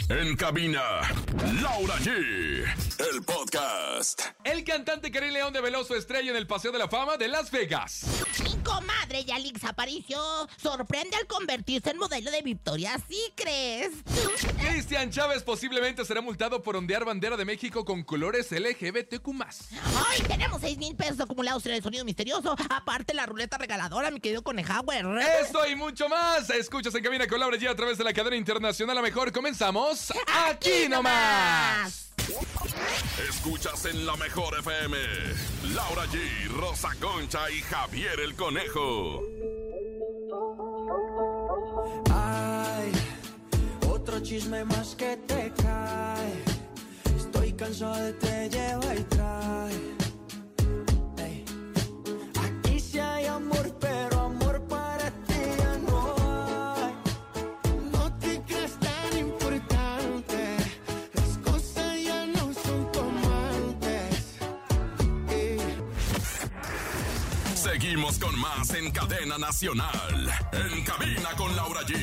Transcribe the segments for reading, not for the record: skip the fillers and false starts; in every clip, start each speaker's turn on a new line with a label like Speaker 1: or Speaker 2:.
Speaker 1: En cabina, Laura G. El podcast.
Speaker 2: El cantante Karim León develó su estrella en el Paseo de la Fama de Las Vegas.
Speaker 3: Mi comadre Yalix Aparicio sorprende al convertirse en modelo de Victoria's Secret.
Speaker 2: Cristian Chávez posiblemente será multado por ondear bandera de México con colores LGBTQ+.
Speaker 3: Hoy tenemos 6,000 pesos acumulados en el sonido misterioso. Aparte la ruleta regaladora, mi querido Conejauer.
Speaker 2: Esto y mucho más. Escuchas En Cabina con Laura G a través de la cadena internacional. A mejor comenzamos aquí nomás.
Speaker 1: Escuchas en la mejor FM. Laura G, Rosa Concha y Javier el Conejo.
Speaker 4: Ay, otro chisme más que te cae. Estoy cansado de te lleva y trae. Ey. Aquí sí hay amor, pero amor para ti ya no hay. No te creas tan importante. Las cosas ya no son como antes.
Speaker 1: Seguimos con más en cadena nacional. En cabina con Laura G.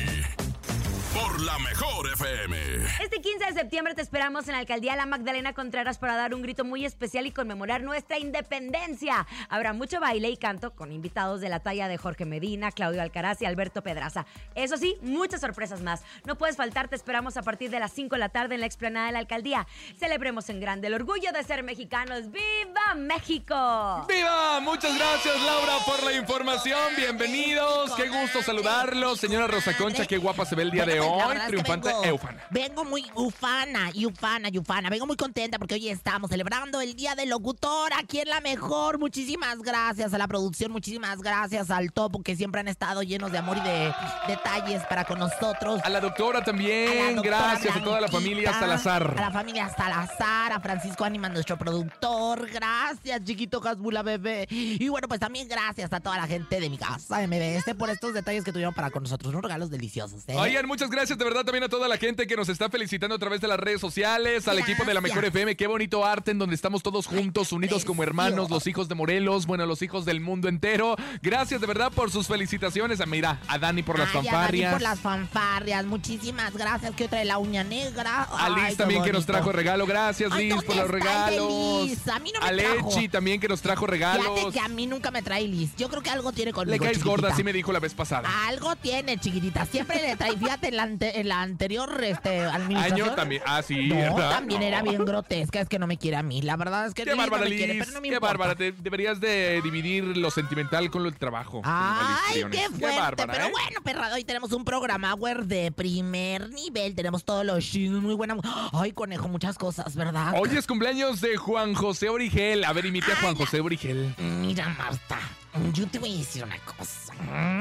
Speaker 1: Por la mejor FM.
Speaker 5: Este 15 de septiembre te esperamos en la Alcaldía La Magdalena Contreras para dar un grito muy especial y conmemorar nuestra independencia. Habrá mucho baile y canto con invitados de la talla de Jorge Medina, Claudio Alcaraz y Alberto Pedraza. Eso sí, muchas sorpresas más. No puedes faltar, te esperamos a partir de las 5 de la tarde en la explanada de la Alcaldía. Celebremos en grande el orgullo de ser mexicanos. ¡Viva México!
Speaker 2: ¡Viva! Muchas gracias, Laura, por la información. Bienvenidos. Qué gusto saludarlos. Señora Rosa Concha, qué guapa se ve el día de hoy, triunfante ufana.
Speaker 3: Vengo muy ufana. Vengo muy contenta porque hoy estamos celebrando el Día del Locutor aquí en La Mejor. Muchísimas gracias a la producción, muchísimas gracias al Topo, que siempre han estado llenos de amor y de detalles para con nosotros.
Speaker 2: A la doctora también, gracias a toda la familia Salazar.
Speaker 3: A la familia Salazar, a Francisco Ánimas, nuestro productor. Gracias, chiquito Hasbula, bebé. Y bueno, pues también gracias a toda la gente de mi casa, MBS, por estos detalles que tuvieron para con nosotros. Unos regalos deliciosos, ¿eh?
Speaker 2: Oigan, muchas gracias de verdad también a toda la gente que nos está felicitando a través de las redes sociales, al equipo de la Mejor FM. Qué bonito arte en donde estamos todos juntos, unidos como hermanos, los hijos de Morelos, bueno, los hijos del mundo entero. Gracias de verdad por sus felicitaciones. Mira, a Dani por las fanfarrias.
Speaker 3: A Dani por las fanfarrias, muchísimas gracias. Que trae la uña negra.
Speaker 2: A Liz también que nos trajo regalo. Gracias, Liz, por los regalos.
Speaker 3: Liz? A mí no me
Speaker 2: a Lechi también que nos trajo regalos.
Speaker 3: Fíjate que a mí nunca me trae Liz. Yo creo que algo tiene conmigo.
Speaker 2: Le caes
Speaker 3: chiquitita.
Speaker 2: gorda, así me dijo la vez pasada.
Speaker 3: Algo tiene, chiquitita. Siempre le trae, fíjate, en la anterior administración.
Speaker 2: Año también, sí.
Speaker 3: No,
Speaker 2: ¿verdad?
Speaker 3: también era bien grotesca, es que no me quiere a mí. La verdad es que
Speaker 2: Qué bárbara,
Speaker 3: no me quiere,
Speaker 2: Liz,
Speaker 3: pero no me
Speaker 2: qué
Speaker 3: importa.
Speaker 2: bárbara. Deberías de dividir lo sentimental con lo del trabajo.
Speaker 3: Ay, qué fuerte,
Speaker 2: bárbara,
Speaker 3: pero bueno, perrado, hoy tenemos un programa de primer nivel. Tenemos todos los chismes, muy buena. Ay, Conejo, muchas cosas, ¿verdad?
Speaker 2: Hoy es cumpleaños de Juan José Origel. A ver, imite a Juan José Origel.
Speaker 3: Mira, Marta, yo te voy a decir una cosa.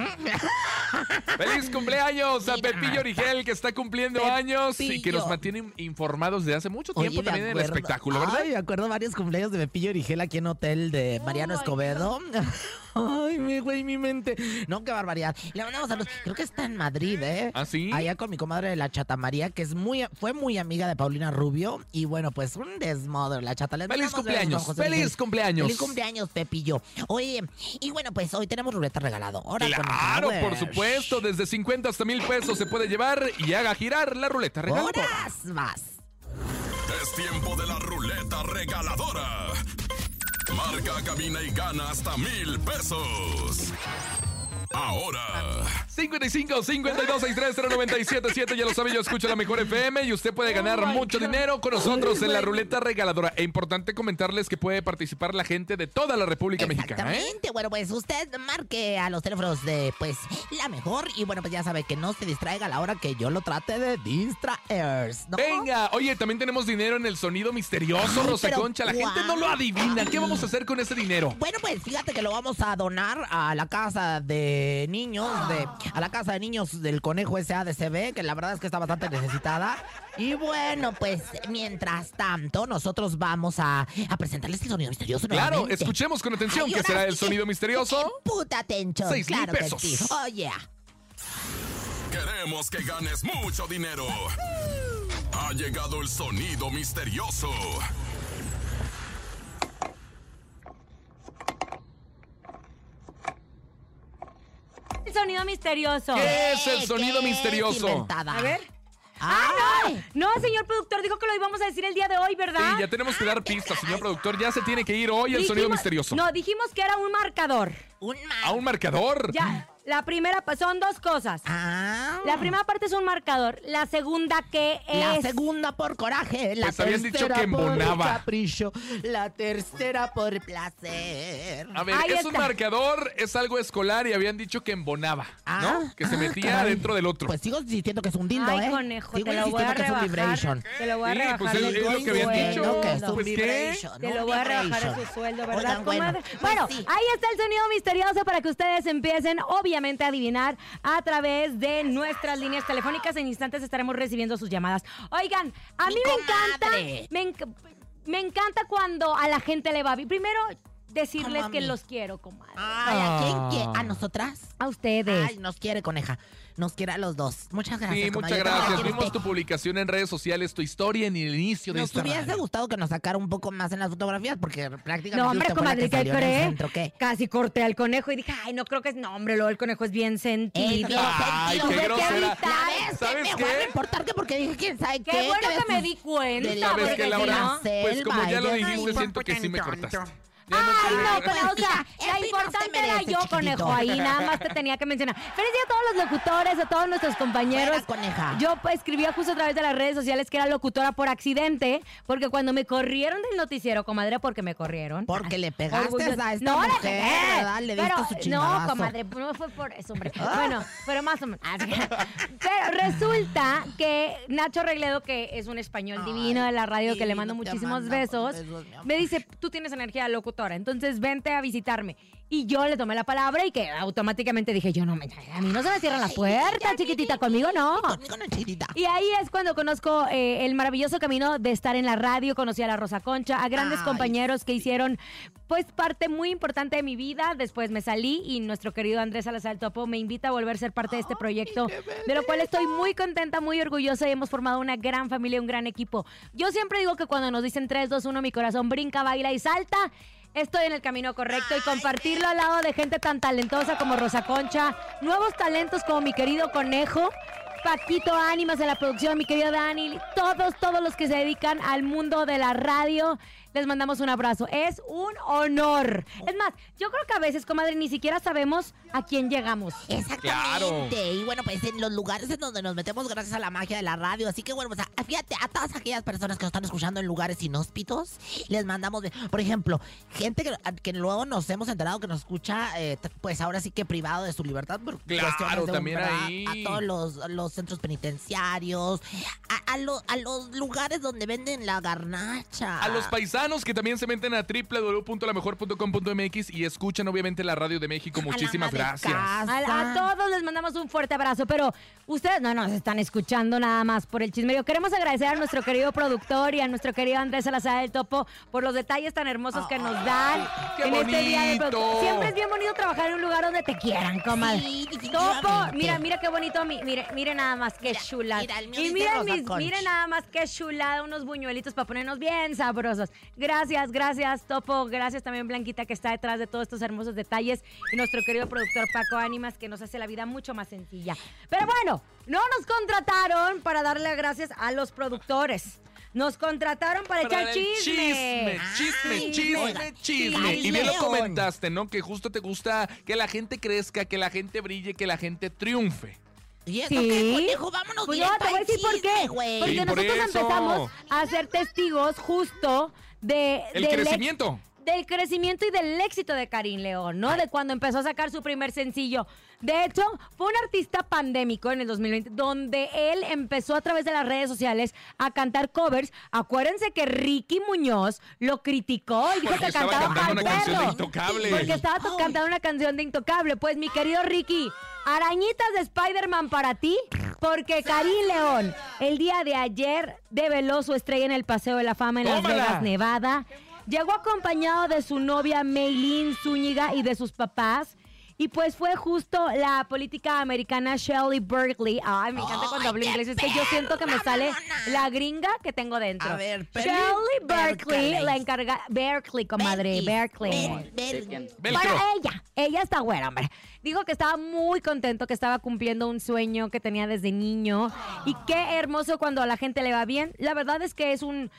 Speaker 2: ¡Feliz cumpleaños a
Speaker 3: Mira,
Speaker 2: Pepillo Origel, que está cumpliendo años y que nos
Speaker 3: Pepillo.
Speaker 2: mantiene informados desde hace mucho tiempo
Speaker 3: Oye, me
Speaker 2: también en el
Speaker 3: acuerdo.
Speaker 2: espectáculo, ¿verdad?
Speaker 3: Ay, me acuerdo varios cumpleaños de Pepillo Origel aquí en hotel de Mariano Escobedo. Ay, mi mente. No, qué barbaridad. Le mandamos saludos. Creo que está en Madrid, ¿eh?
Speaker 2: ¿Ah, sí?
Speaker 3: Allá con mi comadre la Chata María, que fue muy amiga de Paulina Rubio. Y bueno, pues un desmadre la Chata.
Speaker 2: ¡Feliz cumpleaños! ¡Feliz cumpleaños!
Speaker 3: ¡Feliz cumpleaños, Pepillo! Oye, y bueno, pues hoy tenemos ruleta regaladora.
Speaker 2: ¡Claro,
Speaker 3: con
Speaker 2: por supuesto! Desde 50 hasta 1,000 pesos se puede llevar y haga girar la ruleta regaladora.
Speaker 3: ¡Horas más!
Speaker 1: Es tiempo de la ruleta regaladora. Marca, cabina y gana hasta 1,000 pesos. Ahora.
Speaker 2: 55 52 63 0977. Ya lo sabe, yo escucho la Mejor FM y usted puede ganar mucho dinero con nosotros en la ruleta regaladora. Es importante comentarles que puede participar la gente de toda la República Mexicana, ¿eh?
Speaker 3: Exactamente. Bueno, pues usted marque a los teléfonos de, pues, La Mejor. Y bueno, pues ya sabe que no se distraiga a la hora que yo lo trate de distraer, ¿no?
Speaker 2: Venga, oye, también tenemos dinero en el sonido misterioso,
Speaker 3: Ay,
Speaker 2: Rosa
Speaker 3: pero
Speaker 2: Concha. La gente no lo adivina. ¿Qué vamos a hacer con ese dinero?
Speaker 3: Bueno, pues fíjate que lo vamos a donar a la casa de niños, a la casa de niños del Conejo SADCB, que la verdad es que está bastante necesitada. Y bueno, pues mientras tanto, nosotros vamos a presentarles el sonido misterioso.
Speaker 2: Claro,
Speaker 3: nuevamente.
Speaker 2: escuchemos con atención.
Speaker 3: Ay,
Speaker 2: ¿Qué
Speaker 3: ahora
Speaker 2: será
Speaker 3: sí
Speaker 2: el sonido misterioso?
Speaker 3: Puta atención.
Speaker 2: 6,000
Speaker 3: claro
Speaker 2: pesos.
Speaker 3: Que sí. Oh, yeah.
Speaker 1: Queremos que ganes mucho dinero. Ha llegado el sonido misterioso.
Speaker 5: El sonido misterioso.
Speaker 2: ¿Qué es el sonido
Speaker 3: ¿Qué es
Speaker 2: misterioso?
Speaker 3: inventada?
Speaker 5: A ver.
Speaker 3: ¡Ay!
Speaker 5: No, señor productor, dijo que lo íbamos a decir el día de hoy, ¿verdad?
Speaker 2: Sí, ya tenemos que dar pistas, señor productor. Ya se tiene que ir hoy el sonido misterioso.
Speaker 5: No, dijimos que era un marcador.
Speaker 2: ¿A un marcador?
Speaker 5: Ya, la primera, son dos cosas. La primera parte es un marcador. La segunda, ¿qué es?
Speaker 3: La segunda por coraje. La
Speaker 2: Pues habían dicho que
Speaker 3: por
Speaker 2: embonaba.
Speaker 3: capricho. La tercera por placer.
Speaker 2: A ver,
Speaker 5: Ahí
Speaker 2: es un
Speaker 5: está.
Speaker 2: marcador, es algo escolar y habían dicho que embonaba, ¿no? Que se metía
Speaker 3: caray.
Speaker 2: dentro del otro.
Speaker 3: Pues sigo insistiendo que es un dildo,
Speaker 5: Ay,
Speaker 3: ¿eh?
Speaker 5: conejo,
Speaker 3: Sigo
Speaker 5: te lo voy a
Speaker 3: insistiendo que es un
Speaker 5: rebajar.
Speaker 3: vibration.
Speaker 5: Te lo voy a
Speaker 2: Sí,
Speaker 5: rebajar.
Speaker 2: pues es
Speaker 5: de
Speaker 2: lo
Speaker 5: tu
Speaker 2: que habían
Speaker 5: sueldo.
Speaker 2: dicho.
Speaker 3: Que es un
Speaker 2: Pues, ¿qué?
Speaker 3: vibration.
Speaker 5: Te
Speaker 3: un
Speaker 5: lo voy a rebajar
Speaker 3: vibration.
Speaker 5: de su sueldo, ¿verdad,
Speaker 3: Oigan,
Speaker 5: comadre?
Speaker 3: pues
Speaker 5: Bueno,
Speaker 3: sí.
Speaker 5: ahí está el sonido misterioso para que ustedes empiecen, obviamente, a adivinar a través de nuestras líneas telefónicas. En instantes estaremos recibiendo sus llamadas. Oigan, a mí
Speaker 3: comadre.
Speaker 5: me encanta cuando a la gente le va bien. Primero, decirles
Speaker 3: Como a
Speaker 5: que
Speaker 3: mí.
Speaker 5: los quiero, comadre.
Speaker 3: Ay, ¿a quién quiere? ¿A nosotras?
Speaker 5: A ustedes.
Speaker 3: Ay, nos quiere, coneja. Nos quiere a los dos. Muchas gracias,
Speaker 2: Sí,
Speaker 3: comadre.
Speaker 2: muchas
Speaker 3: Yo también
Speaker 2: gracias.
Speaker 3: quiero
Speaker 2: Vimos
Speaker 3: usted.
Speaker 2: tu publicación en redes sociales, tu historia en el inicio de
Speaker 3: Nos
Speaker 2: esta
Speaker 3: hubiese
Speaker 2: radio.
Speaker 3: gustado que nos sacara un poco más en las fotografías porque prácticamente
Speaker 5: No, hombre,
Speaker 3: usted fue la
Speaker 5: comadre,
Speaker 3: que
Speaker 5: ¿qué
Speaker 3: salió en el
Speaker 5: cree?
Speaker 3: centro, ¿qué?
Speaker 5: Casi corté al conejo y dije, ay, no creo que es... No, hombre, luego el conejo es bien sentido.
Speaker 2: Ay, qué
Speaker 5: Tuve que
Speaker 2: grosera.
Speaker 5: evitar.
Speaker 3: ¿Ya ves?
Speaker 2: ¿Sabes
Speaker 3: Me
Speaker 2: qué?
Speaker 3: voy a reportar que porque dije quién sabe qué.
Speaker 5: Qué bueno
Speaker 3: ves
Speaker 5: que me
Speaker 3: tus-
Speaker 5: di cuenta,
Speaker 3: de
Speaker 2: ¿Sabes
Speaker 5: porque
Speaker 2: qué,
Speaker 5: si
Speaker 2: Laura?
Speaker 5: no...
Speaker 2: Pues como ya lo
Speaker 3: Selva,
Speaker 2: dijiste,
Speaker 3: ella-
Speaker 2: siento que sí me cortaste.
Speaker 5: Ay, no, pero, o sea,
Speaker 3: Eso
Speaker 5: la
Speaker 3: no se
Speaker 5: importante era
Speaker 3: merece,
Speaker 5: yo,
Speaker 3: chiquitito.
Speaker 5: conejo, ahí nada más te tenía que mencionar. Feliz día a todos los locutores, a todos nuestros compañeros.
Speaker 3: Fuera, coneja.
Speaker 5: Yo pues, escribía justo a través de las redes sociales que era locutora por accidente, porque cuando me corrieron del noticiero, comadre, porque me corrieron.
Speaker 3: Porque le pegaste
Speaker 5: Orgullo-
Speaker 3: a esta
Speaker 5: no,
Speaker 3: mujer,
Speaker 5: le pegué.
Speaker 3: ¿verdad? Le diste
Speaker 5: Pero,
Speaker 3: su chingadazo.
Speaker 5: no, comadre, no fue por eso, hombre. Bueno, pero más o menos. Pero resulta que Nacho Regledo, que es un español
Speaker 3: Ay,
Speaker 5: divino de la radio, que le mando
Speaker 3: divino, te
Speaker 5: muchísimos
Speaker 3: mandamos
Speaker 5: besos,
Speaker 3: besos, mi amor.
Speaker 5: me dice, tú tienes energía de locutora, entonces vente a visitarme. Y yo le tomé la palabra y que automáticamente dije, yo no me... A mí no se me cierran las puertas, chiquitita, conmigo no.
Speaker 3: Conmigo no, chiquitita.
Speaker 5: Y ahí es cuando conozco el maravilloso camino de estar en la radio, conocí a la Rosa Concha, a grandes
Speaker 3: Ay,
Speaker 5: compañeros que hicieron pues parte muy importante de mi vida. Después me salí y nuestro querido Andrés Salazar el Topo me invita a volver a ser parte de este proyecto, de lo cual estoy muy contenta, muy orgullosa y hemos formado una gran familia, un gran equipo. Yo siempre digo que cuando nos dicen 3, 2, 1, mi corazón brinca, baila y salta, estoy en el camino correcto y compartirlo al lado de gente tan talentosa como Rosa Concha, nuevos talentos como mi querido Conejo, Paquito Ánimas en la producción, mi querido Dani, todos los que se dedican al mundo de la radio, les mandamos un abrazo. Es un honor. Es más, yo creo que a veces, comadre, ni siquiera sabemos a quién llegamos.
Speaker 3: Exactamente.
Speaker 2: Claro.
Speaker 3: Y bueno, pues en los lugares en donde nos metemos gracias a la magia de la radio. Así que bueno, pues fíjate, a todas aquellas personas que nos están escuchando en lugares inhóspitos, les mandamos, por ejemplo, gente que luego nos hemos enterado que nos escucha, pues ahora sí que privado de su libertad. Por
Speaker 2: Claro,
Speaker 3: cuestiones de
Speaker 2: también
Speaker 3: ¿verdad?
Speaker 2: ahí.
Speaker 3: A todos los centros penitenciarios, a los lugares donde venden la garnacha.
Speaker 2: A los paisanos que también se meten a www.lamejor.com.mx y escuchan obviamente la radio de México. Muchísimas
Speaker 3: A la ama de
Speaker 2: gracias.
Speaker 3: casa.
Speaker 5: A todos les mandamos un fuerte abrazo, pero ustedes no nos están escuchando nada más por el chismerío. Queremos agradecer a nuestro querido productor y a nuestro querido Andrés Salazar del Topo por los detalles tan hermosos que nos dan
Speaker 2: qué
Speaker 5: en este día de
Speaker 2: bonito.
Speaker 5: productor. Siempre es bien bonito trabajar en un lugar donde te quieran, comadre.
Speaker 3: Sí,
Speaker 5: Topo,
Speaker 3: definitivamente.
Speaker 5: mira qué bonito, mire nada más qué chulada.
Speaker 3: mira, el mío
Speaker 5: Y
Speaker 3: dice
Speaker 5: miren,
Speaker 3: Rosa Concha.
Speaker 5: miren nada más qué chulada, unos buñuelitos para ponernos bien sabrosos. Gracias, Topo. Gracias también, Blanquita, que está detrás de todos estos hermosos detalles. Y nuestro querido productor Paco Ánimas, que nos hace la vida mucho más sencilla. Pero bueno, no nos contrataron para darle gracias a los productores. Nos contrataron para echar
Speaker 2: el
Speaker 5: chisme.
Speaker 2: chisme. Y bien lo
Speaker 3: León.
Speaker 2: comentaste, ¿no? Que justo te gusta que la gente crezca, que la gente brille, que la gente triunfe.
Speaker 3: ¿Y eso
Speaker 5: Sí.
Speaker 3: qué, conejo? Vámonos
Speaker 5: Pues no,
Speaker 3: directo
Speaker 5: te voy a
Speaker 3: al
Speaker 5: decir por
Speaker 3: chisme,
Speaker 5: qué.
Speaker 3: güey.
Speaker 5: Porque
Speaker 2: Sí, por
Speaker 5: nosotros
Speaker 2: eso.
Speaker 5: empezamos a ser testigos justo
Speaker 2: El
Speaker 5: del
Speaker 2: crecimiento.
Speaker 5: del crecimiento y del éxito de Karim León, ¿no? De cuando empezó a sacar su primer sencillo. De hecho, fue un artista pandémico en el 2020, donde él empezó a través de las redes sociales a cantar covers. Acuérdense que Ricky Muñoz lo criticó y dijo
Speaker 2: Porque
Speaker 5: que
Speaker 2: estaba
Speaker 5: cantaba
Speaker 2: cantando una
Speaker 5: pa'l
Speaker 2: canción de
Speaker 5: perro.
Speaker 2: Intocable.
Speaker 5: Porque estaba cantando una canción de Intocable. Pues, mi querido Ricky, arañitas de Spider-Man para ti, porque Karim León el día de ayer develó su estrella en el Paseo de la Fama en Las
Speaker 2: ¡Tómala!
Speaker 5: Vegas, Nevada. Llegó acompañado de su novia Maylin Zúñiga y de sus papás. Y pues fue justo la política americana Shelley Berkeley. Ay, me encanta cuando hablo inglés. Es que yo siento que me sale la gringa que tengo dentro.
Speaker 3: A ver,
Speaker 5: Shelley Berkeley,
Speaker 3: Berkeley.
Speaker 5: la encarga... Berkeley, comadre, Berkeley.
Speaker 3: Berkeley.
Speaker 2: Velcro.
Speaker 5: Bueno, ella está güera, hombre. Dijo que estaba muy contento, que estaba cumpliendo un sueño que tenía desde niño. Y qué hermoso cuando a la gente le va bien. La verdad es que es un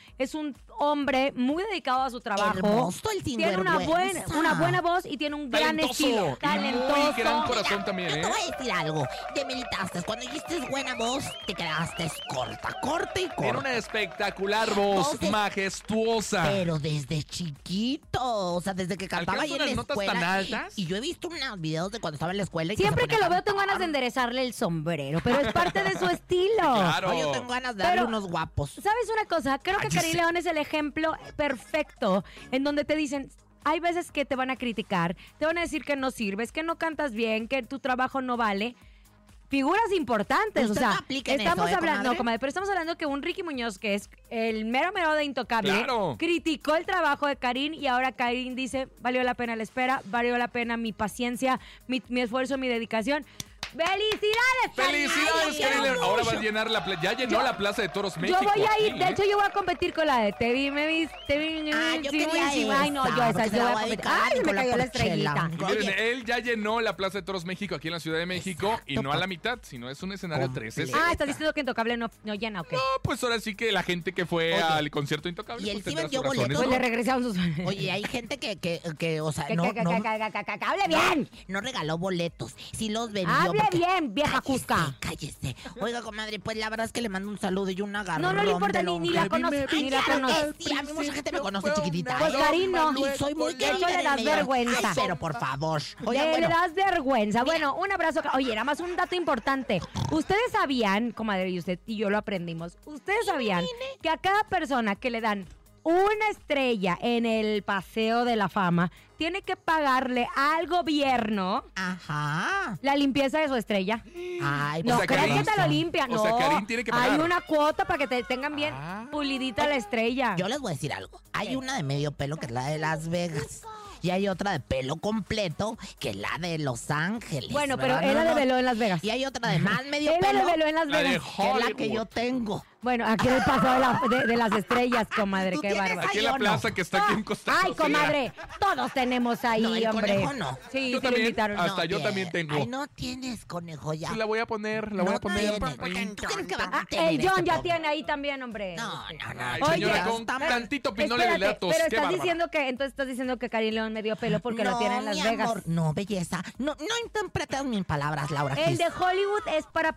Speaker 5: hombre muy dedicado a su trabajo.
Speaker 3: Hermoso el
Speaker 5: Tiene una buena voz y tiene un gran
Speaker 2: Talentoso.
Speaker 5: estilo.
Speaker 2: Y muy gran
Speaker 5: Talentoso.
Speaker 2: corazón también,
Speaker 3: Yo
Speaker 2: ¿eh?
Speaker 3: te voy a decir algo. Te militaste. Cuando dijiste buena voz, te quedaste corta y
Speaker 2: Tiene
Speaker 3: corta.
Speaker 2: una espectacular voz,
Speaker 3: Entonces,
Speaker 2: majestuosa.
Speaker 3: Pero desde chiquito, o sea, desde que cantaba ahí en la
Speaker 2: ¿Alcanza unas notas
Speaker 3: escuela.
Speaker 2: tan altas?
Speaker 3: Y yo he visto unos videos de cuando estaba en la escuela. Y
Speaker 5: Siempre
Speaker 3: se
Speaker 5: que
Speaker 3: ponía
Speaker 5: lo
Speaker 3: a
Speaker 5: veo tengo ganas de
Speaker 3: cantar.
Speaker 5: enderezarle el sombrero, pero es parte de su estilo.
Speaker 2: Claro.
Speaker 3: Ay, yo tengo ganas de darle
Speaker 5: Pero-
Speaker 3: unos guapos.
Speaker 5: ¿Sabes una cosa? Creo que
Speaker 2: Cállese.
Speaker 5: Karim León es el ejemplo perfecto en donde te dicen, hay veces que te van a criticar, te van a decir que no sirves, que no cantas bien, que tu trabajo no vale. Figuras importantes,
Speaker 3: Usted
Speaker 5: o sea,
Speaker 3: no aplica en
Speaker 5: estamos
Speaker 3: eso, ¿eh,
Speaker 5: hablando,
Speaker 3: comadre?
Speaker 5: no, comadre, pero estamos hablando que un Ricky Muñoz, que es el mero de Intocable,
Speaker 2: Claro.
Speaker 5: criticó el trabajo de Karim y ahora Karim dice, valió la pena la espera, valió la pena mi paciencia, mi esfuerzo, mi dedicación. ¡Felicidades, Karim!
Speaker 2: ¡Felicidades,
Speaker 5: Ay,
Speaker 2: Karim León!
Speaker 5: mucho.
Speaker 2: Ahora va a llenar la plaza. Ya llenó la Plaza de Toros México.
Speaker 5: Yo voy a ir,
Speaker 2: aquí,
Speaker 5: de
Speaker 2: ¿eh?
Speaker 5: hecho yo voy a competir con la de Te vi, me viste, te vi,
Speaker 3: Yo
Speaker 5: sí,
Speaker 3: quería
Speaker 5: buenísima. Ay, no, yo
Speaker 3: esa, porque
Speaker 5: esa,
Speaker 3: se
Speaker 5: yo
Speaker 3: la
Speaker 5: voy a
Speaker 3: voy a
Speaker 5: competir.
Speaker 3: dedicar a
Speaker 5: Ay, se me
Speaker 3: Nicolás
Speaker 5: cayó la
Speaker 3: Porchela.
Speaker 5: estrellita.
Speaker 2: Y miren,
Speaker 3: Oye.
Speaker 2: él ya llenó la Plaza de Toros México aquí en la Ciudad de México y no a la mitad, sino es un escenario
Speaker 3: Completo.
Speaker 2: 13.
Speaker 5: Ah, estás diciendo que Intocable no llena, ¿ok?
Speaker 2: No, pues ahora sí que la gente que fue
Speaker 3: Oye,
Speaker 2: al concierto Intocable
Speaker 3: y él
Speaker 2: pues
Speaker 3: sí
Speaker 2: tendrá
Speaker 3: vendió
Speaker 2: sus razones.
Speaker 3: boletos,
Speaker 5: Pues le regresaron sus...
Speaker 3: Oye, hay gente que o sea,
Speaker 5: Que-
Speaker 3: no,
Speaker 5: que-
Speaker 3: no,
Speaker 5: que hable bien.
Speaker 3: no regaló boletos. Sí los vendió.
Speaker 5: Hable
Speaker 3: porque-
Speaker 5: bien, vieja cusca.
Speaker 3: Cállese. Oiga, comadre, pues la verdad es que le mando un saludo y un agarrón.
Speaker 5: No, no le importa,
Speaker 3: del
Speaker 5: ni la
Speaker 3: hombre.
Speaker 5: conoce,
Speaker 3: Ay,
Speaker 5: ni la
Speaker 3: claro que
Speaker 5: conoce.
Speaker 3: sí, a mí mucha gente me conoce chiquitita.
Speaker 5: Pues, Karim, no.
Speaker 3: Y soy muy
Speaker 5: De hecho,
Speaker 3: querida
Speaker 5: le
Speaker 3: en
Speaker 5: das
Speaker 3: el medio.
Speaker 5: vergüenza.
Speaker 3: Ay, pero por favor. Oiga,
Speaker 5: Le
Speaker 3: bueno,
Speaker 5: das vergüenza. Bueno, un abrazo. Oye, era más un dato importante. Ustedes sabían, comadre, y usted y yo lo aprendimos. Ustedes sabían que a cada persona que le dan una estrella en el Paseo de la Fama, tiene que pagarle al gobierno
Speaker 3: ajá.
Speaker 5: la limpieza de su estrella.
Speaker 3: Ay,
Speaker 5: No
Speaker 2: sea,
Speaker 5: crees
Speaker 2: Karim-
Speaker 5: que te lo limpian,
Speaker 2: o
Speaker 5: no.
Speaker 2: sea, Karim tiene que
Speaker 5: Hay
Speaker 2: pagar.
Speaker 5: una cuota para que te tengan bien
Speaker 2: Ah.
Speaker 5: pulidita la estrella.
Speaker 3: Yo les voy a decir algo. Hay una de medio pelo que es la de Las Vegas. Y hay otra de pelo completo que es la de Los Ángeles.
Speaker 5: Bueno, pero
Speaker 3: ¿verdad?
Speaker 5: él la
Speaker 3: No, no.
Speaker 5: develó en Las Vegas.
Speaker 3: Y hay otra de más medio
Speaker 5: Él la
Speaker 3: pelo.
Speaker 5: develó en Las
Speaker 2: La de
Speaker 5: Vegas.
Speaker 3: Que es la que
Speaker 2: Hollywood.
Speaker 3: yo tengo.
Speaker 5: Bueno, aquí en el Paseo de las Estrellas, comadre,
Speaker 3: ¿Tú
Speaker 5: qué
Speaker 3: tienes
Speaker 5: bárbaro.
Speaker 2: Aquí en
Speaker 3: ¿Ay,
Speaker 2: la
Speaker 3: o no?
Speaker 2: plaza que está aquí en Costa
Speaker 5: Ay, comadre, todos tenemos ahí,
Speaker 3: No, el
Speaker 5: hombre.
Speaker 3: conejo no.
Speaker 5: Sí,
Speaker 2: Yo
Speaker 5: te lo
Speaker 2: también.
Speaker 5: invitaron.
Speaker 2: Hasta
Speaker 5: No.
Speaker 2: yo también tengo.
Speaker 3: Ay, no tienes conejo ya.
Speaker 2: Sí, la voy a poner, la voy
Speaker 3: No
Speaker 2: a poner.
Speaker 3: tienes,
Speaker 2: ahí.
Speaker 3: porque tú tienes que
Speaker 5: Ah,
Speaker 3: tener
Speaker 5: el John
Speaker 3: este
Speaker 5: ya
Speaker 3: pobre.
Speaker 5: tiene ahí también, hombre.
Speaker 3: No, no, no.
Speaker 2: Ay,
Speaker 5: Oye,
Speaker 2: señora, con
Speaker 3: está-
Speaker 2: tantito pinole de
Speaker 5: Espérate,
Speaker 2: datos.
Speaker 5: pero
Speaker 2: qué
Speaker 5: estás
Speaker 2: bárbara.
Speaker 5: diciendo que, entonces estás diciendo que Karim León me dio pelo porque lo tiene en Las
Speaker 3: mi
Speaker 5: Vegas.
Speaker 3: amor, no, belleza. No, no interpretes mis palabras, Laura.
Speaker 5: El
Speaker 3: Gis.
Speaker 5: de Hollywood es para